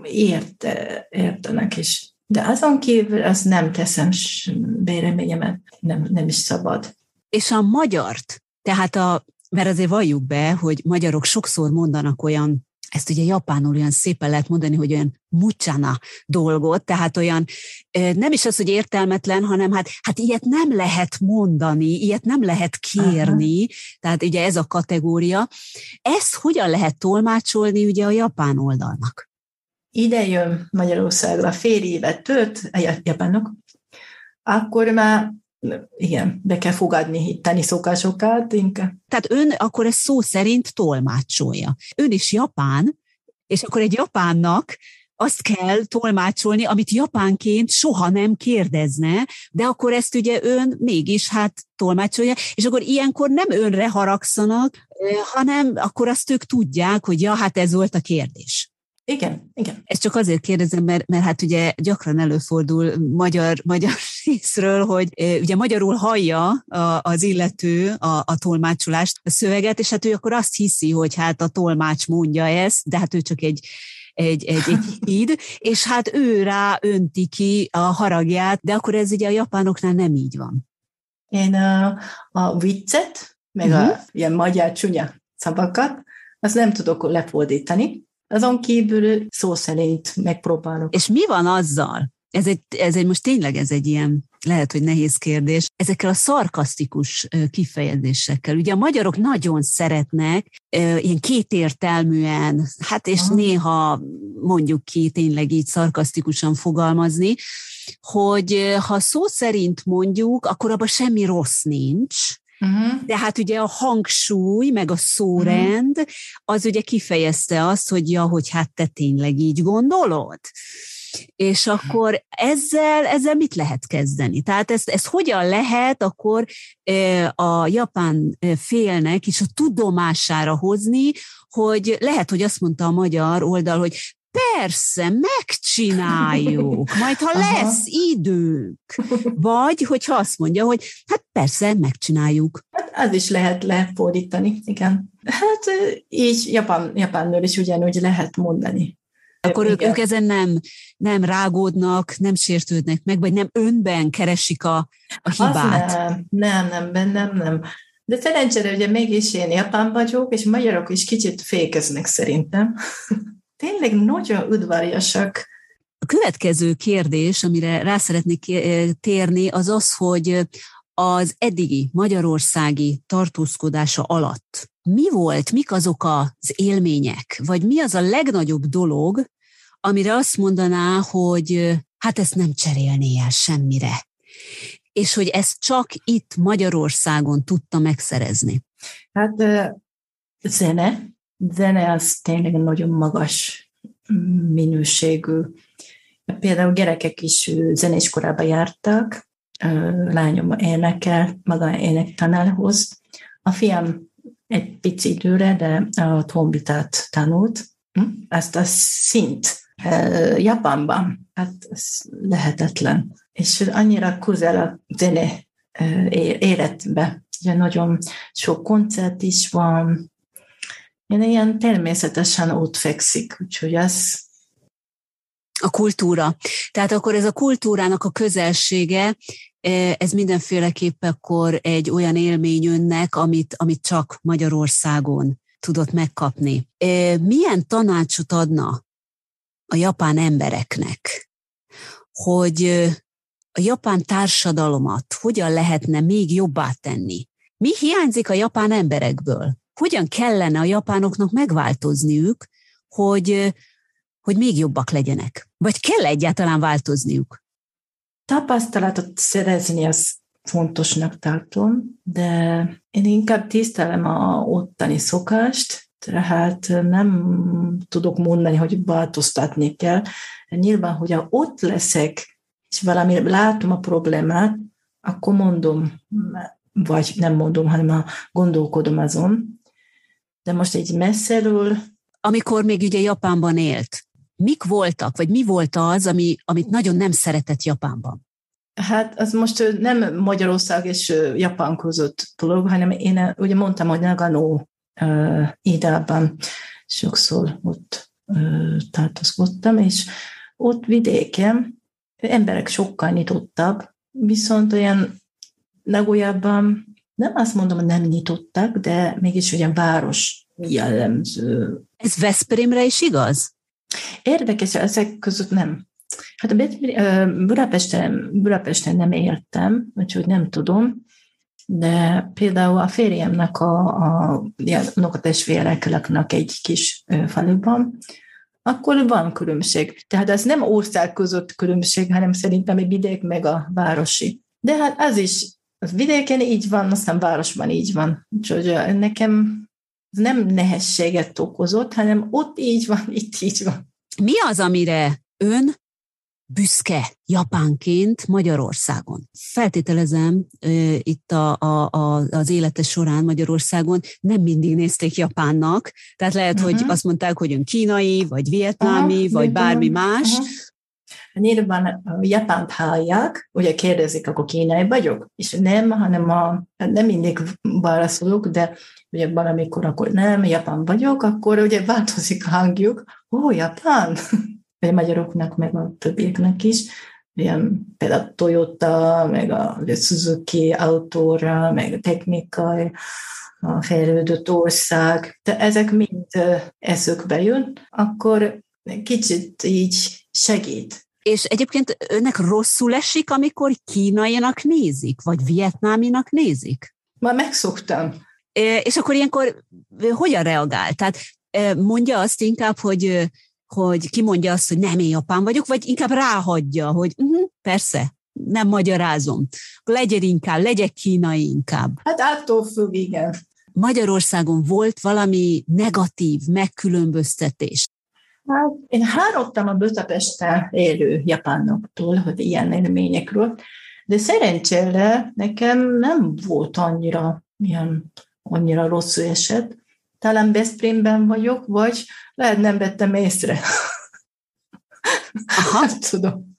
értenek is. De azon kívül azt nem teszem véleményemet, nem is szabad. És a magyart, tehát mert azért valljuk be, hogy magyarok sokszor mondanak olyan, ezt ugye japánul olyan szépen lehet mondani, hogy olyan mucsana dolgot, tehát olyan nem is az, hogy értelmetlen, hanem hát ilyet nem lehet mondani, ilyet nem lehet kérni, tehát ugye ez a kategória. Ezt hogyan lehet tolmácsolni ugye a japán oldalnak? Ide jön Magyarországra, fél évet tölt a japánok, akkor már igen, be kell fogadni hitteni szokásokat inkább. Tehát ön akkor ezt szó szerint tolmácsolja. Ön is japán, És akkor egy japánnak azt kell tolmácsolni, amit japánként soha nem kérdezne, de akkor ezt ugye ön mégis tolmácsolja, és akkor ilyenkor nem önre haragszanak, hanem akkor azt ők tudják, hogy ez volt a kérdés. Igen, igen. Ezt csak azért kérdezem, mert ugye gyakran előfordul magyar részről, hogy ugye magyarul hallja az illető a tolmácsolást, a szöveget, és ő akkor azt hiszi, hogy a tolmács mondja ezt, de ő csak egy híd, és ő rá önti ki a haragját, de akkor ez ugye a japánoknál nem így van. Én a viccet, meg a ilyen magyar csúnya szavakat, azt nem tudok lefordítani. Azon kívül szó szerint megpróbálok. És mi van azzal? Ez most tényleg ez egy ilyen, lehet, hogy nehéz kérdés, ezekkel a szarkasztikus kifejezésekkel. Ugye a magyarok nagyon szeretnek ilyen kétértelműen, és néha mondjuk ki tényleg így szarkasztikusan fogalmazni, hogy ha szó szerint mondjuk, akkor abban semmi rossz nincs, de ugye a hangsúly, meg a szórend, az ugye kifejezte azt, hogy te tényleg így gondolod? És akkor ezzel mit lehet kezdeni? Tehát ezt hogyan lehet akkor a japán félnek is a tudomására hozni, hogy lehet, hogy azt mondta a magyar oldal, hogy persze, megcsináljuk, majd ha lesz idők. Vagy, hogyha azt mondja, hogy persze, megcsináljuk. Az is lehet lefordítani, igen. Így Japánnől is ugyanúgy lehet mondani. Akkor ők ezen nem rágódnak, nem sértődnek meg, vagy nem önben keresik a hibát? Nem. De szerencsére ugye mégis én japán vagyok, és magyarok is kicsit fékeznek szerintem. Tényleg nagyon udvariasak. A következő kérdés, amire rá szeretnék térni, az az, hogy az eddigi magyarországi tartózkodása alatt mik azok az élmények, vagy mi az a legnagyobb dolog, amire azt mondaná, hogy ezt nem cserélné el semmire, és hogy ezt csak itt Magyarországon tudta megszerezni? Zene az tényleg nagyon magas minőségű. Például gyerekek is zeneiskolába jártak, lányom énekel, maga énektanárhoz. A fiam egy pici időre, de a trombitát tanult. Ezt a szint Japánban, ez lehetetlen. És annyira közel a zene életbe. Ugye nagyon sok koncert is van, ilyen természetesen ott fekszik, úgyhogy ez... A kultúra. Tehát akkor ez a kultúrának a közelsége, ez mindenféleképp akkor egy olyan élmény önnek, amit csak Magyarországon tudott megkapni. Milyen tanácsot adna a japán embereknek, hogy a japán társadalomat hogyan lehetne még jobbá tenni? Mi hiányzik a japán emberekből? Hogyan kellene a japánoknak megváltozniuk, hogy még jobbak legyenek? Vagy kell egyáltalán változniuk? Tapasztalatot szerezni, az fontosnak tartom, de én inkább tisztelem a ottani szokást, tehát nem tudok mondani, hogy változtatni kell. Nyilván, hogyha ott leszek, és valami látom a problémát, akkor mondom, vagy nem mondom, hanem gondolkodom azon. De most egy messzeről... Amikor még ugye Japánban élt, mik voltak, vagy mi volt az, amit nagyon nem szeretett Japánban? Az most nem Magyarország és Japán között dolog, hanem én ugye mondtam, hogy Nagano idában sokszor ott tartózkodtam, és ott vidéken emberek sokkal nyitottabb, viszont olyan Nagoyában nem azt mondom, hogy nem nyitottak, de mégis olyan város jellemző. Ez Veszprémre is igaz? Érdekes, ezek között nem. Budapesten nem éltem, úgyhogy nem tudom, de például a férjemnek a unokatestvéreknek egy kis faluban, akkor van különbség. Tehát ez nem ország között különbség, hanem szerintem egy vidék meg a városi. De az is, az vidéken így van, aztán városban így van. Úgyhogy nekem ez nem nehézséget okozott, hanem ott így van, itt így van. Mi az, amire ön büszke japánként Magyarországon? Feltételezem, itt az élete során Magyarországon nem mindig nézték japánnak, tehát lehet, hogy azt mondták, hogy ön kínai, vagy vietnámi, vagy bármi más. Nyilván a Japánt hallják, ugye kérdezik, akkor kínai vagyok, és nem, hanem nem mindig válaszolok, de ugye valamikor akkor nem, japán vagyok, akkor ugye változik a hangjuk, japán! A magyaroknak, meg a többieknek is, ilyen például a Toyota, meg a Suzuki autóra, meg a technikai, a fejlődött ország, de ezek mind eszükbe jön, akkor kicsit így segít. És egyébként önnek rosszul esik, amikor kínainak nézik, vagy vietnáminak nézik? Már megszoktam. És akkor ilyenkor hogyan reagál? Tehát mondja azt inkább, hogy kimondja azt, hogy nem, én japán vagyok, vagy inkább ráhagyja, hogy persze, nem magyarázom. Legyek kínai inkább. Hát attól függ, igen. Magyarországon volt valami negatív megkülönböztetés? Hát, én hallottam a Budapesten élő japánoktól, hogy ilyen élményekről, de szerencsére nekem nem volt annyira rosszul esett. Talán Veszprémben vagyok, vagy lehet nem vettem észre. Aha. Nem tudom.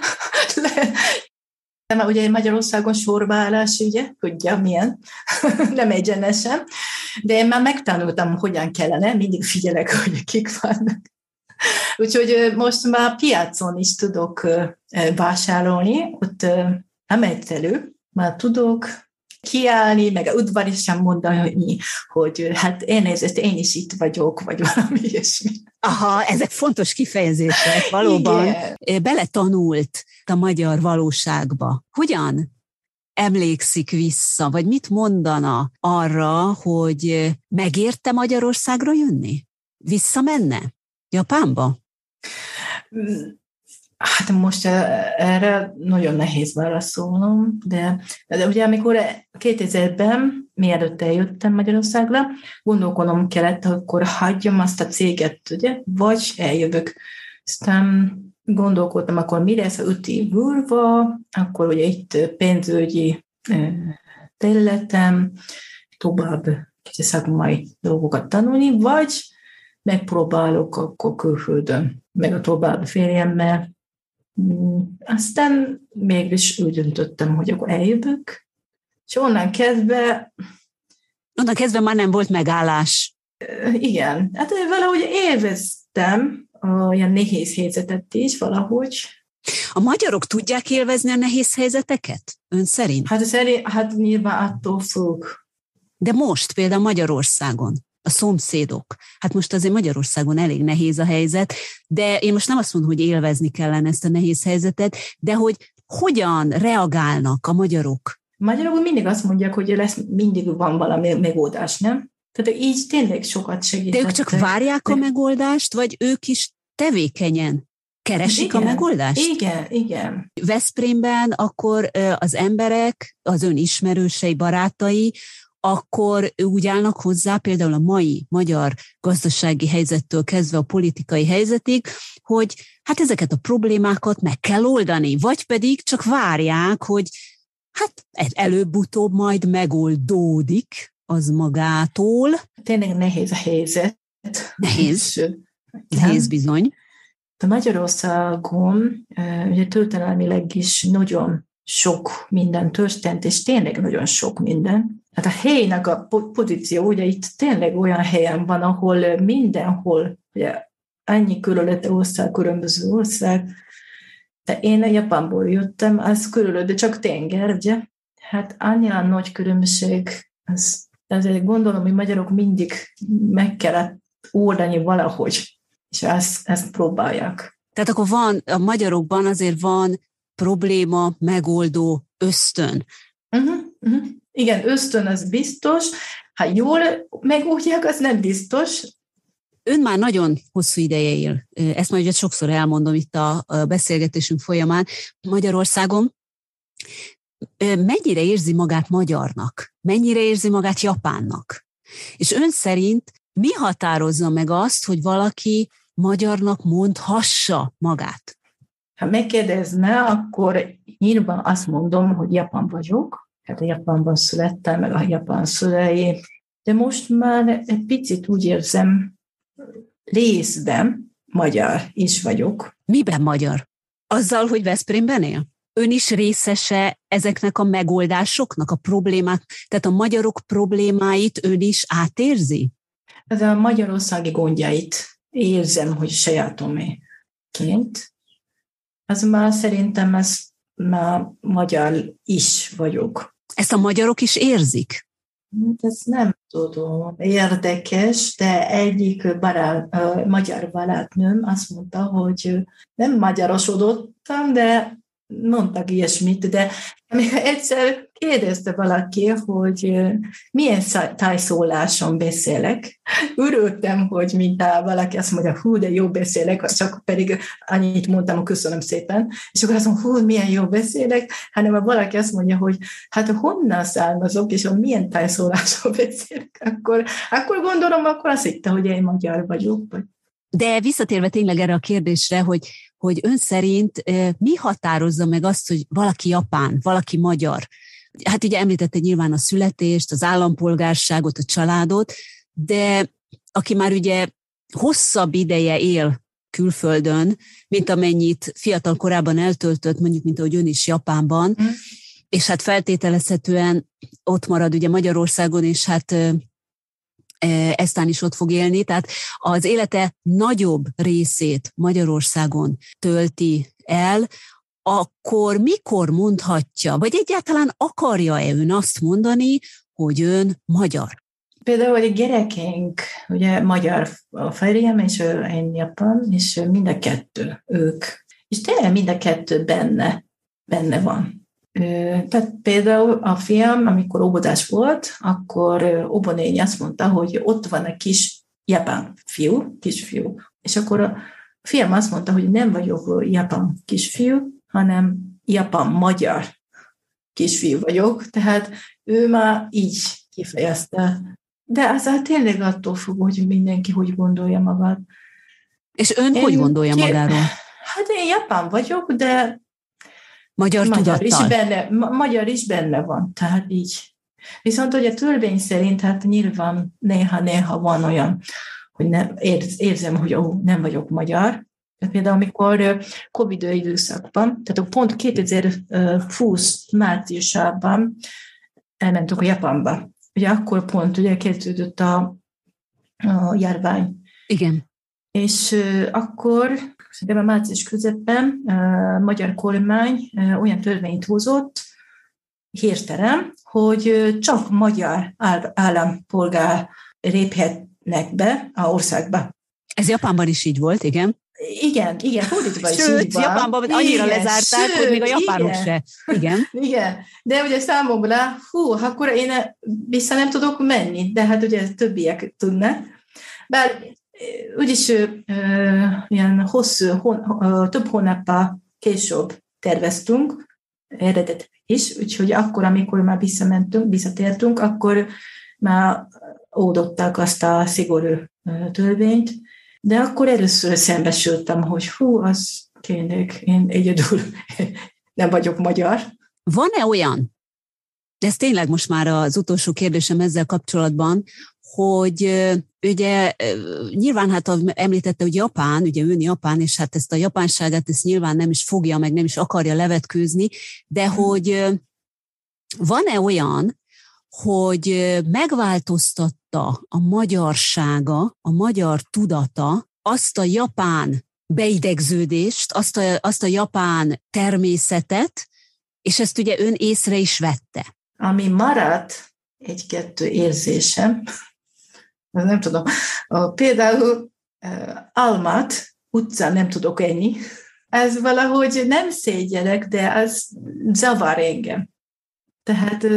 De ugye Magyarországon sorbaállás, ugye, tudja milyen, nem egyenesen, de én már megtanultam, hogyan kellene, mindig figyelek, hogy kik vannak. Úgyhogy most már piacon is tudok vásárolni, ott nem egyszerű, már tudok kiállni, meg udvariasan mondani, hogy hát én is itt vagyok, vagy valami ilyesmi. Aha, ezek fontos kifejezések, valóban. Igen. Beletanult a magyar valóságba. Hogyan emlékszik vissza, vagy mit mondana arra, hogy megérte Magyarországra jönni? Visszamenne Japánba? Hát most erre nagyon nehéz válaszolnom, de ugye amikor 2000-ben, mielőtt eljöttem Magyarországra, gondolkodnom kellett, akkor hagyjam azt a céget, ugye, vagy eljövök. Aztán gondolkodtam, akkor mi lesz 5 év múlva, akkor ugye itt pénzügyi területem, tovább szakmai dolgokat tanulni, vagy megpróbálok akkor külföldön, meg a tovább férjemmel. Aztán mégis úgy döntöttem, hogy akkor eljövök, és onnan kezdve már nem volt megállás. Igen, hát valahogy élveztem olyan nehéz helyzetet is valahogy. A magyarok tudják élvezni a nehéz helyzeteket? Ön szerint? Hát nyilván attól függ. De most például Magyarországon, a szomszédok. Hát most azért Magyarországon elég nehéz a helyzet, de én most nem azt mondom, hogy élvezni kellene ezt a nehéz helyzetet, de hogy hogyan reagálnak a magyarok? A magyarok mindig azt mondják, hogy mindig van valami megoldás, nem? Tehát így tényleg sokat segítettek. De ők csak várják a megoldást, vagy ők is tevékenyen keresik a megoldást? Igen. Veszprémben akkor az emberek, az ön ismerősei, barátai, akkor úgy állnak hozzá például a mai magyar gazdasági helyzettől kezdve a politikai helyzetig, hogy hát ezeket a problémákat meg kell oldani, vagy pedig csak várják, hogy hát előbb-utóbb majd megoldódik az magától. Tényleg nehéz a helyzet. Nehéz bizony. A Magyarországon ugye történelmileg is nagyon sok minden történt, és tényleg nagyon sok minden. Hát a helynek a pozíció, ugye itt tényleg olyan helyen van, ahol mindenhol, ugye annyi körülötte ország, különböző ország, de én a Japánból jöttem, az körülötte csak tenger, ugye? Hát annyira nagy különbség, azért gondolom, hogy magyarok mindig meg kellett oldani valahogy, és ezt próbálják. Tehát akkor a magyarokban azért van probléma, megoldó ösztön. Igen, ösztön az biztos, ha jól megoldják, az nem biztos. Ön már nagyon hosszú ideje él, ezt majd sokszor elmondom itt a beszélgetésünk folyamán Magyarországon. Mennyire érzi magát magyarnak? Mennyire érzi magát japánnak? És ön szerint mi határozza meg azt, hogy valaki magyarnak mondhassa magát? Ha megkérdezne, akkor nyilván azt mondom, hogy japán vagyok, hát a Japánban születtem, meg a japán szülei, de most már egy picit úgy érzem, részben magyar is vagyok. Miben magyar? Azzal, hogy Veszprémben él? Ön is részese ezeknek a megoldásoknak, a problémák, tehát a magyarok problémáit ön is átérzi? Ez a magyarországi gondjait érzem, hogy sajátoméként. Az már szerintem ez már magyar is vagyok. Ezt a magyarok is érzik? Ez nem tudom, érdekes, de egyik magyar barátnőm azt mondta, hogy nem magyarosodottam, de mondtak ilyesmit, de amikor egyszer kérdezte valaki, hogy milyen tájszóláson beszélek, örültem, hogy mint valaki azt mondja, hú, de jó beszélek, csak pedig annyit mondtam, köszönöm szépen, és akkor azt mondom, hú, milyen jó beszélek, hanem ha valaki azt mondja, hogy hát honnan származok, és hogy milyen tájszóláson beszélek, akkor gondolom, akkor azt hitte, hogy én magyar vagyok. De visszatérve tényleg erre a kérdésre, hogy ön szerint mi határozza meg azt, hogy valaki japán, valaki magyar? Hát ugye említette nyilván a születést, az állampolgárságot, a családot, de aki már ugye hosszabb ideje él külföldön, mint amennyit fiatal korában eltöltött, mondjuk, mint ahogy ön is Japánban, és hát feltételezhetően ott marad ugye Magyarországon, és hát eztán is ott fog élni, tehát az élete nagyobb részét Magyarországon tölti el, akkor mikor mondhatja, vagy egyáltalán akarja-e ön azt mondani, hogy ön magyar? Például a gyerekeink, ugye magyar a férjem, és én japán, és mind a kettő ők. És tényleg mind a kettő benne van. Tehát például a fiam, amikor óvodás volt, akkor óvónéni azt mondta, hogy ott van egy kis japán kisfiú. És akkor a fiam azt mondta, hogy nem vagyok japán kisfiú, hanem japán-magyar kisfiú vagyok. Tehát ő már így kifejezte. De aztán tényleg attól függ, hogy mindenki hogy gondolja magát. És ön hogy gondolja magáról? Hát én japán vagyok, de magyar is benne van, tehát így. Viszont hogy a törvény szerint, hát nyilván néha van olyan, hogy érzem, hogy nem vagyok magyar. Tehát például amikor Covid időszakban, tehát pont 2020 márciusában elmentünk a Japánba. Ugye akkor pont ugye kezdődött a járvány. Igen. És akkor szerintem a március közepén a magyar kormány olyan törvényt hozott, hirtelen, hogy csak magyar állampolgár léphetnek be a országba. Ez Japánban is így volt, igen? Igen, fordítva is így van. Japánban annyira lezárták, hogy még a japánok se. Igen, de ugye számomra, akkor én vissza nem tudok menni, de hát ugye többiek tudnak. Bár úgyis ilyen több hónappal később terveztünk, eredetileg is, úgyhogy akkor, amikor már visszatértünk, akkor már oldották azt a szigorú törvényt, de akkor először szembesültem, hogy az tényleg, én egyedül nem vagyok magyar. Van-e olyan, de ez tényleg most már az utolsó kérdésem ezzel kapcsolatban, hogy ugye nyilván hát említette, hogy Japán, ugye ön Japán, és hát ezt a japánságát ezt nyilván nem is fogja, meg nem is akarja levetkőzni, de hogy van-e olyan, hogy megváltoztatta a magyarsága, a magyar tudata azt a japán beidegződést, azt a japán természetet, és ezt ugye ön észre is vette? Ami maradt egy-kettő érzésem, nem tudom, például almát utcán nem tudok enni, ez valahogy nem szégyellek, de az zavar engem. Tehát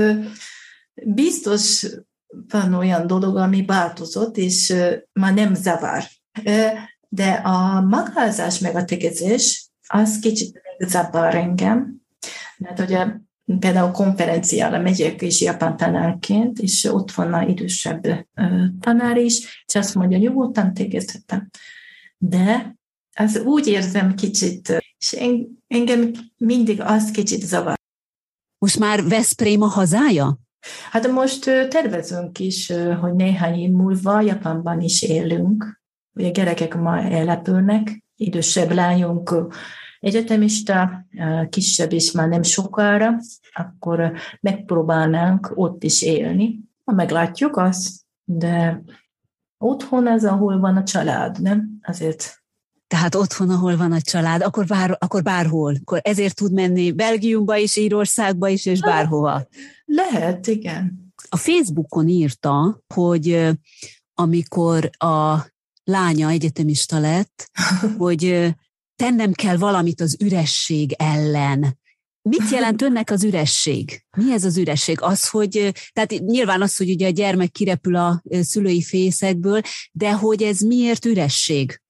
biztos van olyan dolog, ami változott, és már nem zavar. De a magázás meg a tegezés, az kicsit zavar engem, mert ugye például konferenciára megyek is japán tanárként, és ott van az idősebb tanár is, és azt mondja, nyugodtan tegezhetem. De az úgy érzem kicsit, és engem mindig az kicsit zavar. Most már Veszprém a hazája? Hát most tervezünk is, hogy néhány év múlva Japánban is élünk. Ugye gyerekek ma ellepülnek, idősebb lányunk egyetemista, kisebb is már nem sokára, akkor megpróbálnánk ott is élni. Meglátjuk azt, de otthon az, ahol van a család, nem? Azért. Tehát otthon, ahol van a család, akkor bárhol. Akkor ezért tud menni Belgiumba is, Írországba is, és bárhova. Lehet, igen. A Facebookon írta, hogy amikor a lánya egyetemista lett, hogy tennem kell valamit az üresség ellen. Mit jelent önnek az üresség? Mi ez az üresség? Tehát nyilván az, hogy ugye a gyermek kirepül a szülői fészekből, de hogy ez miért üresség?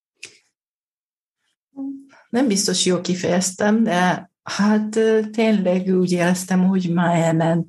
Nem biztos jól kifejeztem, de hát tényleg úgy éreztem, hogy már elment.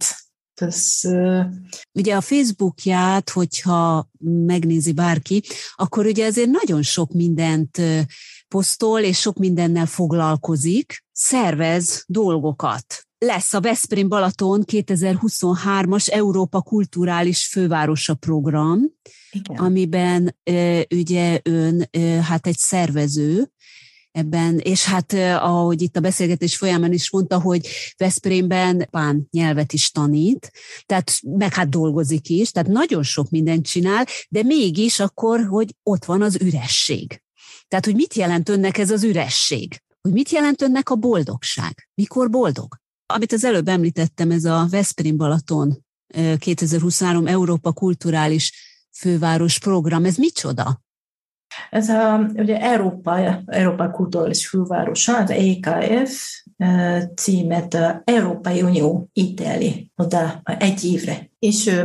Ugye a Facebookját, hogyha megnézi bárki, akkor ugye azért nagyon sok mindent posztol, és sok mindennel foglalkozik, szervez dolgokat. Lesz a Veszprém Balaton 2023-as Európa Kulturális Fővárosa program, igen, amiben ugye ön hát egy szervező ebben, és hát ahogy itt a beszélgetés folyamán is mondta, hogy Veszprémben japán nyelvet is tanít, tehát meg hát dolgozik is, tehát nagyon sok mindent csinál, de mégis akkor, hogy ott van az üresség. Tehát, hogy mit jelent önnek ez az üresség? Hogy mit jelent önnek a boldogság? Mikor boldog? Amit az előbb említettem, ez a Veszprém Balaton 2023 Európa Kulturális Főváros program, ez micsoda? Ez ugye Európa Kulturális Fővárosa, az EKF címet az Európai Unió íteli oda egy évre. És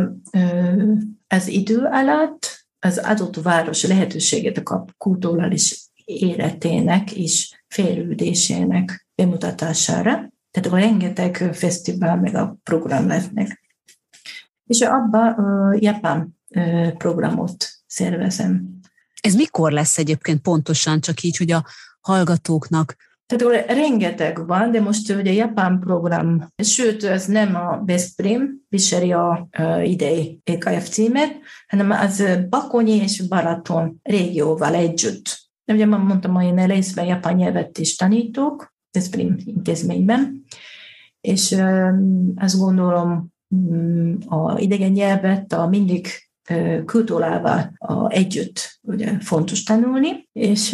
az idő alatt az adott város lehetőséget kap kulturális életének és fejlődésének bemutatására. Tehát rengeteg fesztivál meg a program lesznek. És abban japán programot szervezem. Ez mikor lesz egyébként pontosan, csak így, hogy a hallgatóknak? Tehát rengeteg van, de most ugye japán program, sőt, ez nem a Veszprém viseli a idei EKF címet, hanem az Bakonyi és Balaton régióval együtt. Ugye már mondtam, hogy én részben japán nyelvet is tanítok, Veszprém intézményben, és azt gondolom, a idegen nyelvet mindig kultúrával együtt ugye, fontos tanulni, és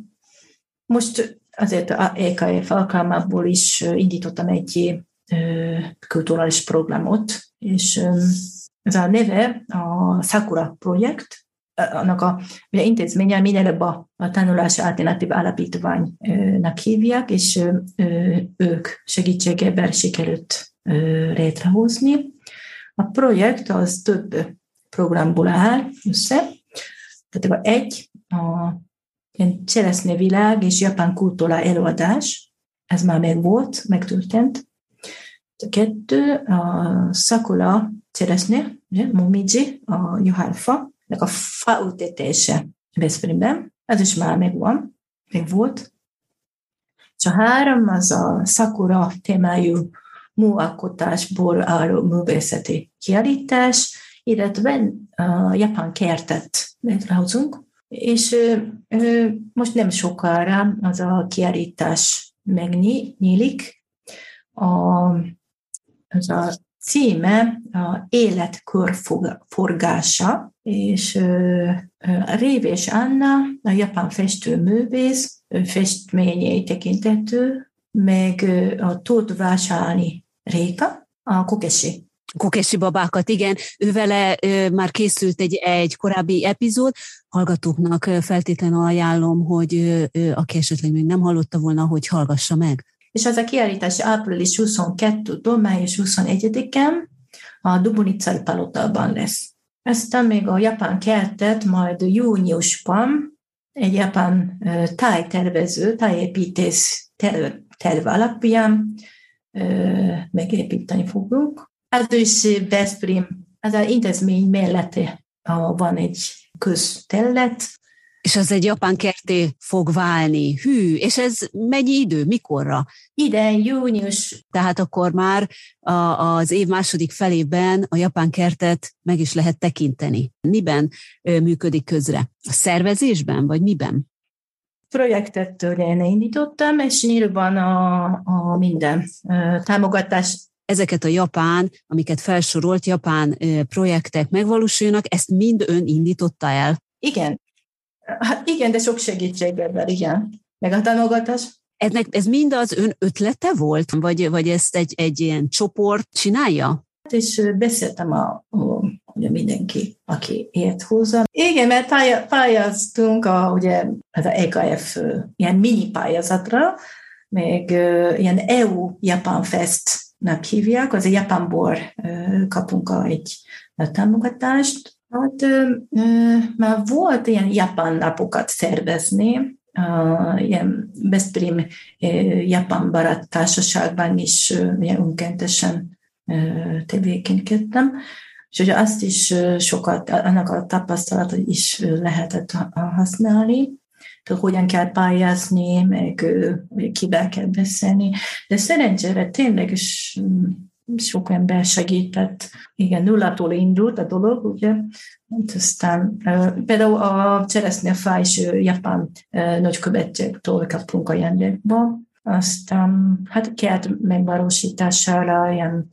most azért az EKF alkalmából is indítottam egy kulturális programot, és ez a neve a Sakura projekt, annak a ugye, intézménye mindenebb a tanulás alternatív alapítványnak hívják, és ők segítségében sikerült létrehozni. A projekt az több programból áll össze. Tehát egy ilyen cseresznyevilág és japán kultúra előadás, ez már megtörtént. A kettő, a Sakura cseresznye, momiji, a juhárfa, a faültetése Veszprémben, ez is már megvolt. És a három, az a Sakura témájú műalkotásból álló művészeti kiállítás, illetve a japán kertet létrehozunk, és most nem sokára az a kiállítás megnyílik. Az a címe a életkörforgása, és Révés Anna, a japán festőművész, festményei tekintető, meg a Tóth Vásárhelyi Réka, a Kokesi babákat, igen. Ővele már készült egy korábbi epizód. Hallgatóknak feltétlenül ajánlom, hogy aki esetleg még nem hallotta volna, hogy hallgassa meg. És az a kiállítás április 22-től május 21-en a Dubonicai palotában lesz. Aztán még a japán kertet majd júniusban egy japán tájépítész terv alapján megépíteni fogunk. Az is Veszprém, az az intézmény mellett van egy közterület. És az egy japán kerté fog válni. Hű, és ez mennyi idő, mikorra? Idén június. Tehát akkor már az év második felében a japán kertet meg is lehet tekinteni. Miben működik közre? A szervezésben, vagy miben? Projektet én indítottam, és nyilván a minden támogatás. Ezeket a japán, amiket felsorolt, japán projektek megvalósulnak, ezt mind ön indította el? Igen. Hát igen, de sok segítséggel, igen. Meg a támogatás. Ez mind az ön ötlete volt? Vagy ezt egy ilyen csoport csinálja? És beszéltem ugye mindenki, aki ért hozzá. Igen, mert pályáztunk ugye az EKF ilyen mini pályázatra, meg ilyen EU-Japán Festnek hívják, az a Japánból kapunk egy támogatást. Hát már volt ilyen japán napokat szervezni, ilyen Veszprém japán barát társaságban is ilyen önkéntesen tevékenykedtem, és ugye azt is sokat, annak a tapasztalatot is lehetett használni, tehát hogyan kell pályázni, meg kivel kell beszélni, de szerencsére tényleg is sok ember segített. Igen, nullatól indult a dolog, ugye. Aztán például a cseresznyefá is japán nagykövetségtől kaptunk ajándékba. Aztán hát kert megvalósítására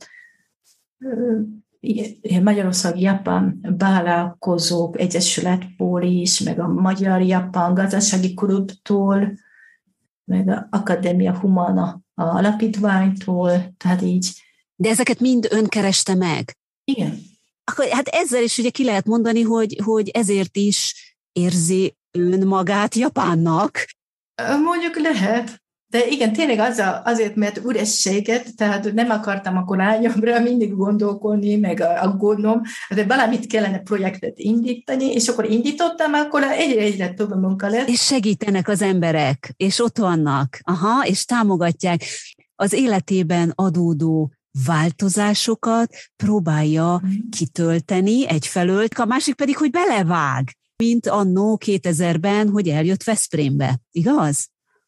ilyen Magyarország-Japán vállalkozók egyesületból is, meg a Magyar-Japán Gazdasági Klubtól, meg az Akadémia Humana alapítványtól, tehát így. De ezeket mind ön kereste meg? Igen. Akkor, hát ezzel is ugye ki lehet mondani, hogy ezért is érzi ön magát japánnak. Mondjuk lehet. De igen, tényleg azért, mert ürességet, tehát nem akartam akkor lányomra mindig gondolkodni, meg aggódnom, de valamit kellene projektet indítani, és akkor indítottam, akkor egyre több munka lett. És segítenek az emberek, és ott vannak, és támogatják. Az életében adódó változásokat próbálja kitölteni egyfelől, a másik pedig, hogy belevág, mint annó 2000-ben, hogy eljött Veszprémbe. Igaz?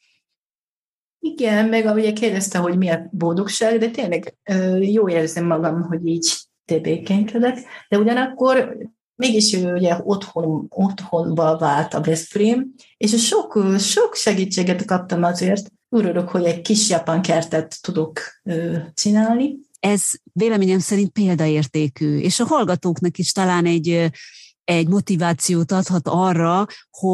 Igen, meg ugye kérdezte, hogy mi a boldogság, de tényleg jó érzem magam, hogy így tevékenykedek, de ugyanakkor mégis ugye otthonba vált a Veszprém, és sok segítséget kaptam azért. Örülök, hogy egy kis japán kertet tudok csinálni. Ez véleményem szerint példaértékű, és a hallgatóknak is talán egy motivációt adhat arra,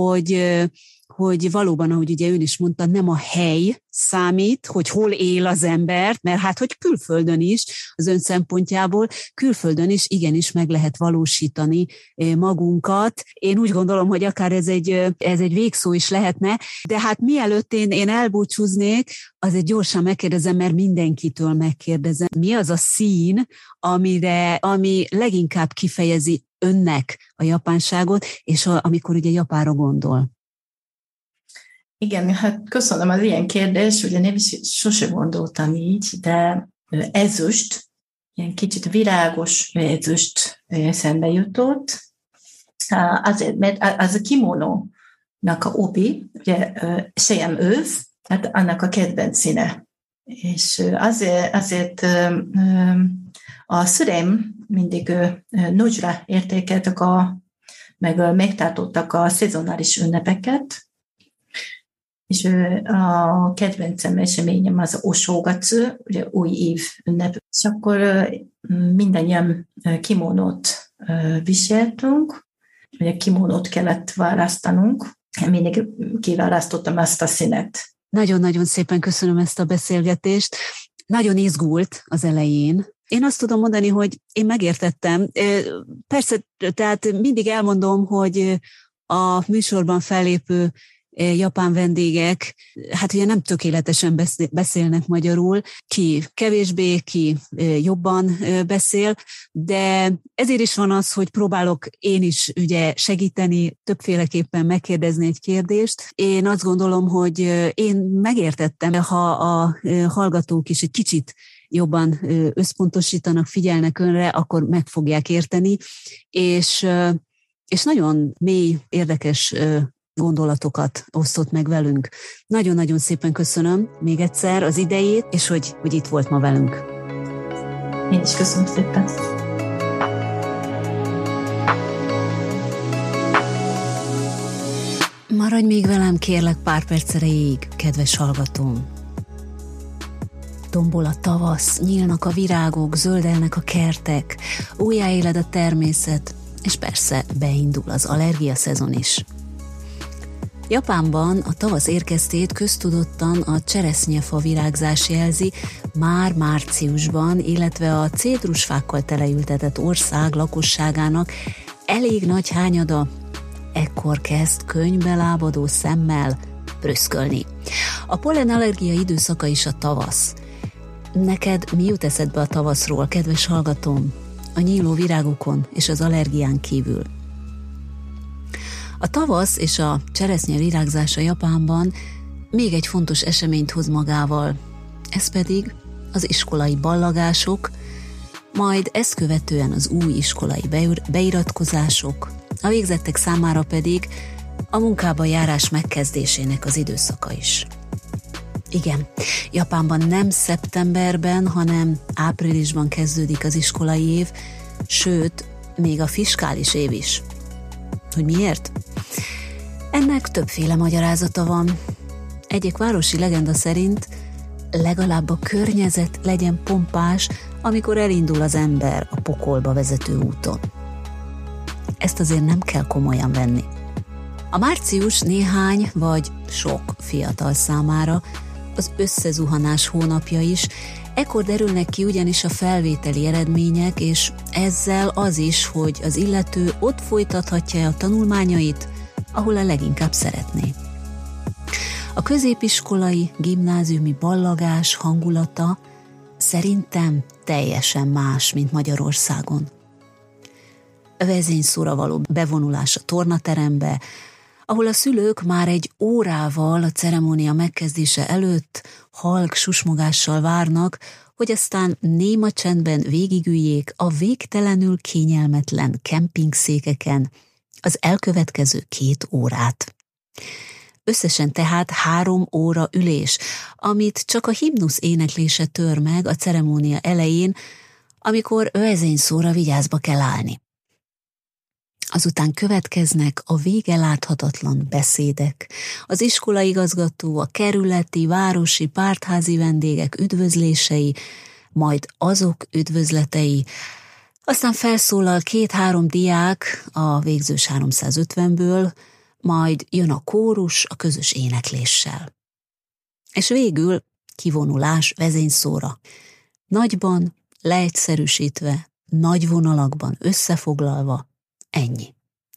hogy valóban, ahogy ugye ön is mondta, nem a hely számít, hogy hol él az ember, mert hát, hogy külföldön is, az ön szempontjából, külföldön is igenis meg lehet valósítani magunkat. Én úgy gondolom, hogy akár ez egy végszó is lehetne, de hát mielőtt én elbúcsúznék, azért gyorsan megkérdezem, mert mindenkitől megkérdezem, mi az a szín, ami leginkább kifejezi önnek a japánságot, és amikor ugye Japánra gondol? Igen, hát köszönöm az ilyen kérdés, ugye nem is sose gondoltam így, de ezüst, ilyen kicsit virágos ezüst eszembe jutott. Azért, mert az a kimonónak a obi, ugye selyemöv, hát annak a kedvenc színe. És azért a szüleim mindig nagyra értékeltek, meg megtartottak a szezonális ünnepeket, és a kedvencem eseményem az Oshogatsu, ugye új év ünnep. És akkor mindannyian kimonót viseltünk, ugye kimonót kellett választanunk, mindig kiválasztottam azt a színet. Nagyon-nagyon szépen köszönöm ezt a beszélgetést. Nagyon izgult az elején. Én azt tudom mondani, hogy én megértettem. Persze, tehát mindig elmondom, hogy a műsorban fellépő japán vendégek, hát ugye nem tökéletesen beszélnek magyarul, ki kevésbé, ki jobban beszél, de ezért is van az, hogy próbálok én is ugye segíteni, többféleképpen megkérdezni egy kérdést. Én azt gondolom, hogy én megértettem, ha a hallgatók is egy kicsit jobban összpontosítanak, figyelnek önre, akkor meg fogják érteni, és nagyon mély, érdekes gondolatokat osztott meg velünk. Nagyon-nagyon szépen köszönöm még egyszer az idejét, és hogy itt volt ma velünk. Én is köszönöm szépen. Maradj még velem, kérlek, pár perc erejéig, kedves hallgatóm. Tombol a tavasz, nyílnak a virágok, zöldelnek a kertek, újjáéled a természet, és persze beindul az allergia szezon is. Japánban a tavasz érkeztét köztudottan a cseresznyefa virágzás jelzi már márciusban, illetve a cédrusfákkal teleültetett ország lakosságának elég nagy hányada ekkor kezd könnybe lábadó szemmel pröszkölni. A pollenallergia időszaka is a tavasz. Neked mi jut eszedbe a tavaszról, kedves hallgatóm, a nyíló virágokon és az allergián kívül? A tavasz és a cseresznye virágzása Japánban még egy fontos eseményt hoz magával, ez pedig az iskolai ballagások, majd ezt követően az új iskolai beiratkozások, a végzettek számára pedig a munkába járás megkezdésének az időszaka is. Igen, Japánban nem szeptemberben, hanem áprilisban kezdődik az iskolai év, sőt, még a fiskális év is. Hogy miért? Ennek többféle magyarázata van. Egyik városi legenda szerint legalább a környezet legyen pompás, amikor elindul az ember a pokolba vezető úton. Ezt azért nem kell komolyan venni. A március néhány vagy sok fiatal számára az összezuhanás hónapja is, ekkor derülnek ki ugyanis a felvételi eredmények, és ezzel az is, hogy az illető ott folytathatja a tanulmányait, ahol a leginkább szeretné. A középiskolai, gimnáziumi ballagás hangulata szerintem teljesen más, mint Magyarországon. A vezényszóra való bevonulás a tornaterembe, ahol a szülők már egy órával a ceremónia megkezdése előtt halk susmogással várnak, hogy aztán néma csendben végigüljék a végtelenül kényelmetlen kempingszékeken az elkövetkező 2 órát. Összesen tehát 3 óra ülés, amit csak a himnusz éneklése tör meg a ceremónia elején, amikor vezényszóra vigyázba kell állni. Azután következnek a vége láthatatlan beszédek, az iskolaigazgató, a kerületi, városi, pártházi vendégek üdvözlései, majd azok üdvözletei, aztán felszólal 2-3 diák a végzős 350-ből, majd jön a kórus a közös énekléssel. És végül kivonulás, vezényszóra. Nagyban, leegyszerűsítve, nagy vonalakban összefoglalva, ennyi.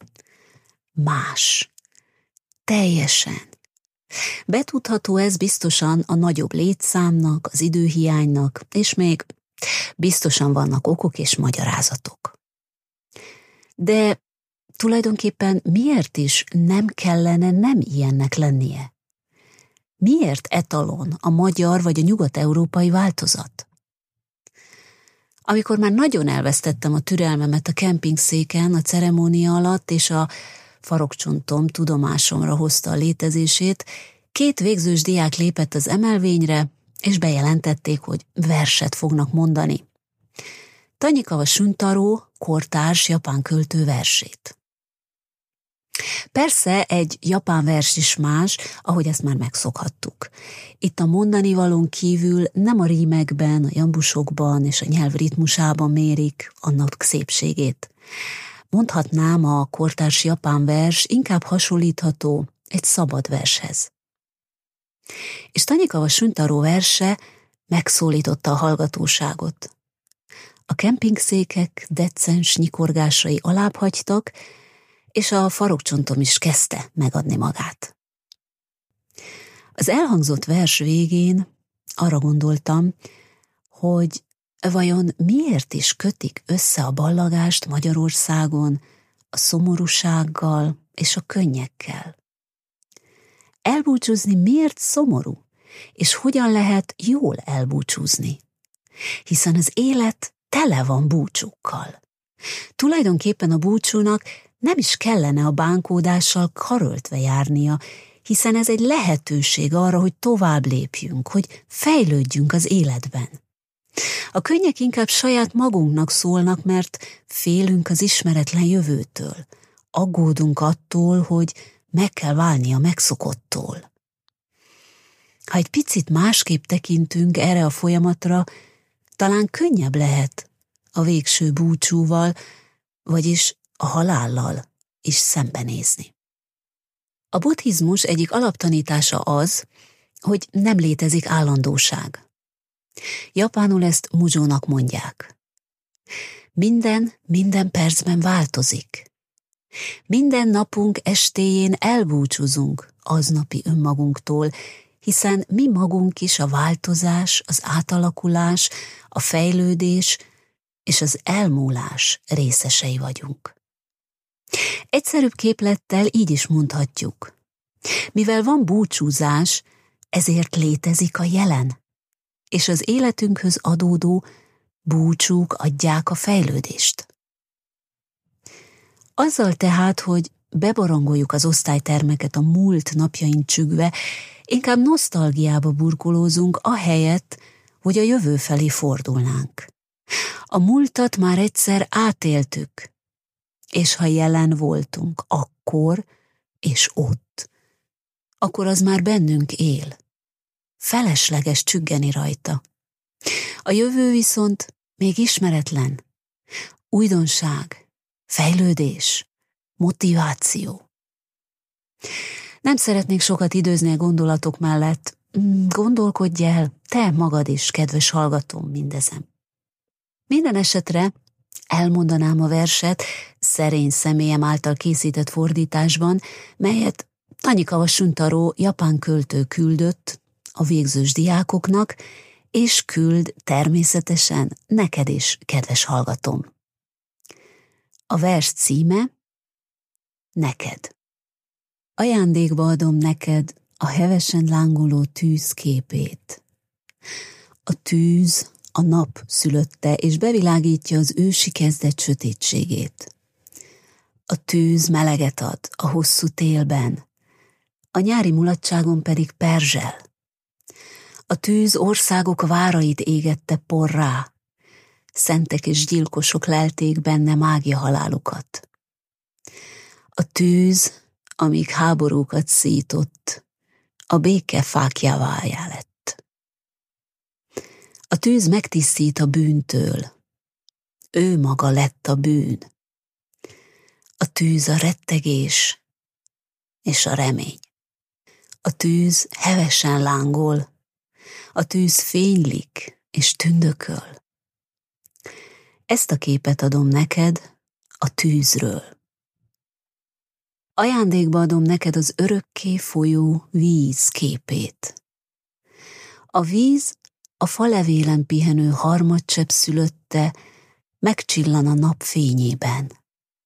Más. Teljesen. Betudható ez biztosan a nagyobb létszámnak, az időhiánynak, és még biztosan vannak okok és magyarázatok. De tulajdonképpen miért is nem kellene nem ilyennek lennie? Miért etalon a magyar vagy a nyugat-európai változat? Amikor már nagyon elvesztettem a türelmemet a kempingszéken a ceremónia alatt, és a farokcsontom tudomásomra hozta a létezését, 2 végzős diák lépett az emelvényre, és bejelentették, hogy verset fognak mondani. Tanikawa Shuntaró kortárs japán költő versét. Persze egy japán vers is más, ahogy ezt már megszokhattuk. Itt a mondanivalón kívül nem a rímekben, a jambusokban és a nyelv ritmusában mérik annak szépségét. Mondhatnám, a kortárs japán vers inkább hasonlítható egy szabad vershez. És Tanikawa Shuntaró verse megszólította a hallgatóságot. A kempingszékek decens nyikorgásai alább hagytak, és a farokcsontom is kezdte megadni magát. Az elhangzott vers végén arra gondoltam, hogy vajon miért is kötik össze a ballagást Magyarországon a szomorúsággal és a könnyekkel. Elbúcsúzni miért szomorú, és hogyan lehet jól elbúcsúzni? Hiszen az élet tele van búcsúkkal. Tulajdonképpen a búcsúnak nem is kellene a bánkódással karöltve járnia, hiszen ez egy lehetőség arra, hogy tovább lépjünk, hogy fejlődjünk az életben. A könnyek inkább saját magunknak szólnak, mert félünk az ismeretlen jövőtől. Aggódunk attól, hogy meg kell válni a megszokottól. Ha egy picit másképp tekintünk erre a folyamatra, talán könnyebb lehet a végső búcsúval, vagyis a halállal is szembenézni. A buddhizmus egyik alaptanítása az, hogy nem létezik állandóság. Japánul ezt muzsónak mondják. Minden percben változik. Minden napunk estéjén elbúcsúzunk aznapi önmagunktól, hiszen mi magunk is a változás, az átalakulás, a fejlődés és az elmúlás részesei vagyunk. Egyszerűbb képlettel így is mondhatjuk. Mivel van búcsúzás, ezért létezik a jelen, és az életünkhöz adódó búcsúk adják a fejlődést. Azzal tehát, hogy bebarangoljuk az osztálytermeket a múlt napjain csüggve, inkább nosztalgiába burkolózunk, ahelyett, hogy a jövő felé fordulnánk. A múltat már egyszer átéltük, és ha jelen voltunk akkor és ott, akkor az már bennünk él. Felesleges csüggeni rajta. A jövő viszont még ismeretlen. Újdonság, fejlődés, motiváció. Nem szeretnék sokat időzni a gondolatok mellett. Gondolkodj el, te magad is, kedves hallgatóm, mindezen. Minden esetre elmondanám a verset szerény személyem által készített fordításban, melyet Tanikawa Shuntaró japán költő küldött a végzős diákoknak, és küld természetesen neked is, kedves hallgatóm. A vers címe Neked. Ajándékba adom neked a hevesen lángoló tűz képét. A tűz a nap szülötte, és bevilágítja az ősi kezdet sötétségét. A tűz meleget ad a hosszú télben, a nyári mulatságon pedig perzsel. A tűz országok várait égette porrá, szentek és gyilkosok lelték benne mágia halálukat. A tűz, amíg háborúkat szított, a béke fákjává lett. A tűz megtisztít a bűntől, ő maga lett a bűn. A tűz a rettegés és a remény. A tűz hevesen lángol, a tűz fénylik és tündököl. Ezt a képet adom neked a tűzről. Ajándékba adom neked az örökké folyó víz képét. A víz a falevélen pihenő harmadcsepp szülötte megcsillan a nap fényében.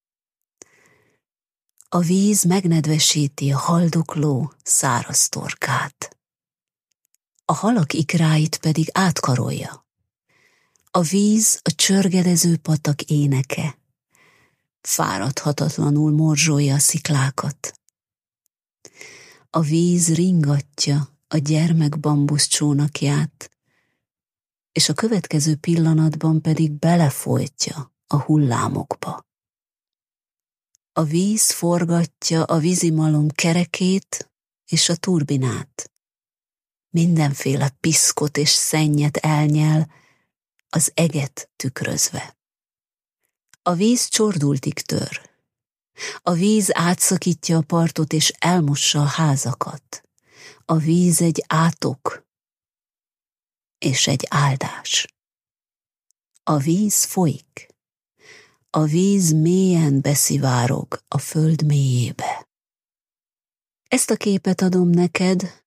A víz megnedvesíti a haldokló száraz torkát. A halak ikráit pedig átkarolja. A víz a csörgedező patak éneke. Fáradhatatlanul morzsolja a sziklákat. A víz ringatja a gyermek bambusz csónakját, és a következő pillanatban pedig belefolytja a hullámokba. A víz forgatja a vízimalom kerekét és a turbinát. Mindenféle piszkot és szennyet elnyel, az eget tükrözve. A víz csordultig tör. A víz átszakítja a partot és elmossa a házakat. A víz egy átok és egy áldás. A víz folyik. A víz mélyen beszivárog a föld mélyébe. Ezt a képet adom neked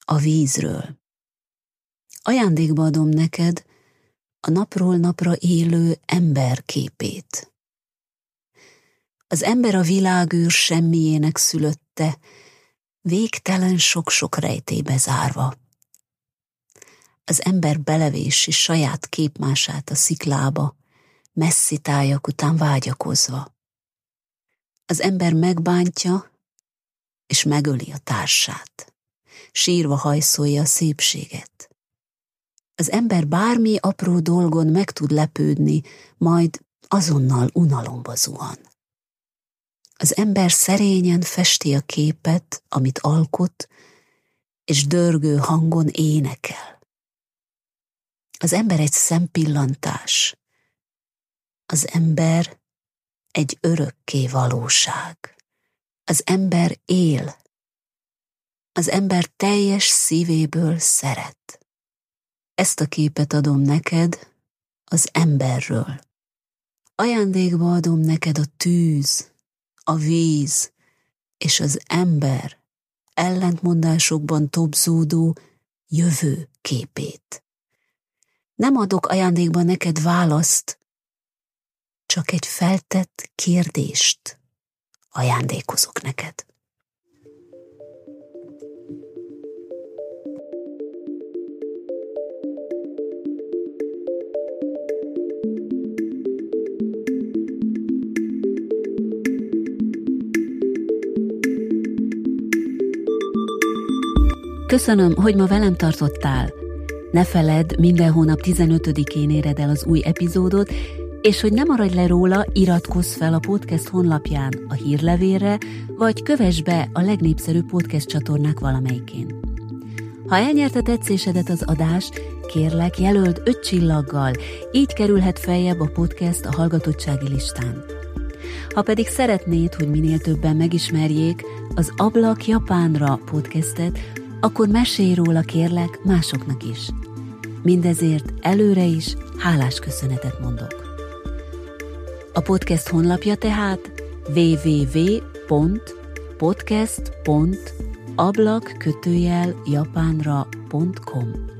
a vízről. Ajándékba adom neked a napról napra élő ember képét. Az ember a világűr semmiének szülötte, végtelen sok-sok rejtébe zárva. Az ember belevési saját képmását a sziklába, messzi tájak után vágyakozva. Az ember megbántja, és megöli a társát. Sírva hajszolja a szépséget. Az ember bármi apró dolgon meg tud lepődni, majd azonnal unalomba zuhan. Az ember szerényen festi a képet, amit alkot, és dörgő hangon énekel. Az ember egy szempillantás. Az ember egy örökké valóság. Az ember él. Az ember teljes szívéből szeret. Ezt a képet adom neked az emberről. Ajándékba adom neked a tűz, a víz és az ember ellentmondásokban tobzódó jövő képét. Nem adok ajándékba neked választ, csak egy feltett kérdést ajándékozok neked. Köszönöm, hogy ma velem tartottál. Ne feledd, minden hónap 15-én éred el az új epizódot, és hogy ne maradj le róla, iratkozz fel a podcast honlapján a hírlevélre, vagy kövess be a legnépszerűbb podcast csatornák valamelyikén. Ha elnyerte tetszésedet az adás, kérlek, jelöld 5 csillaggal, így kerülhet feljebb a podcast a hallgatottsági listán. Ha pedig szeretnéd, hogy minél többen megismerjék az Ablak Japánra podcastet, akkor mesélj róla, kérlek, másoknak is. Mindezért előre is hálás köszönetet mondok. A podcast honlapja tehát www.podcast.ablak-japánra.com.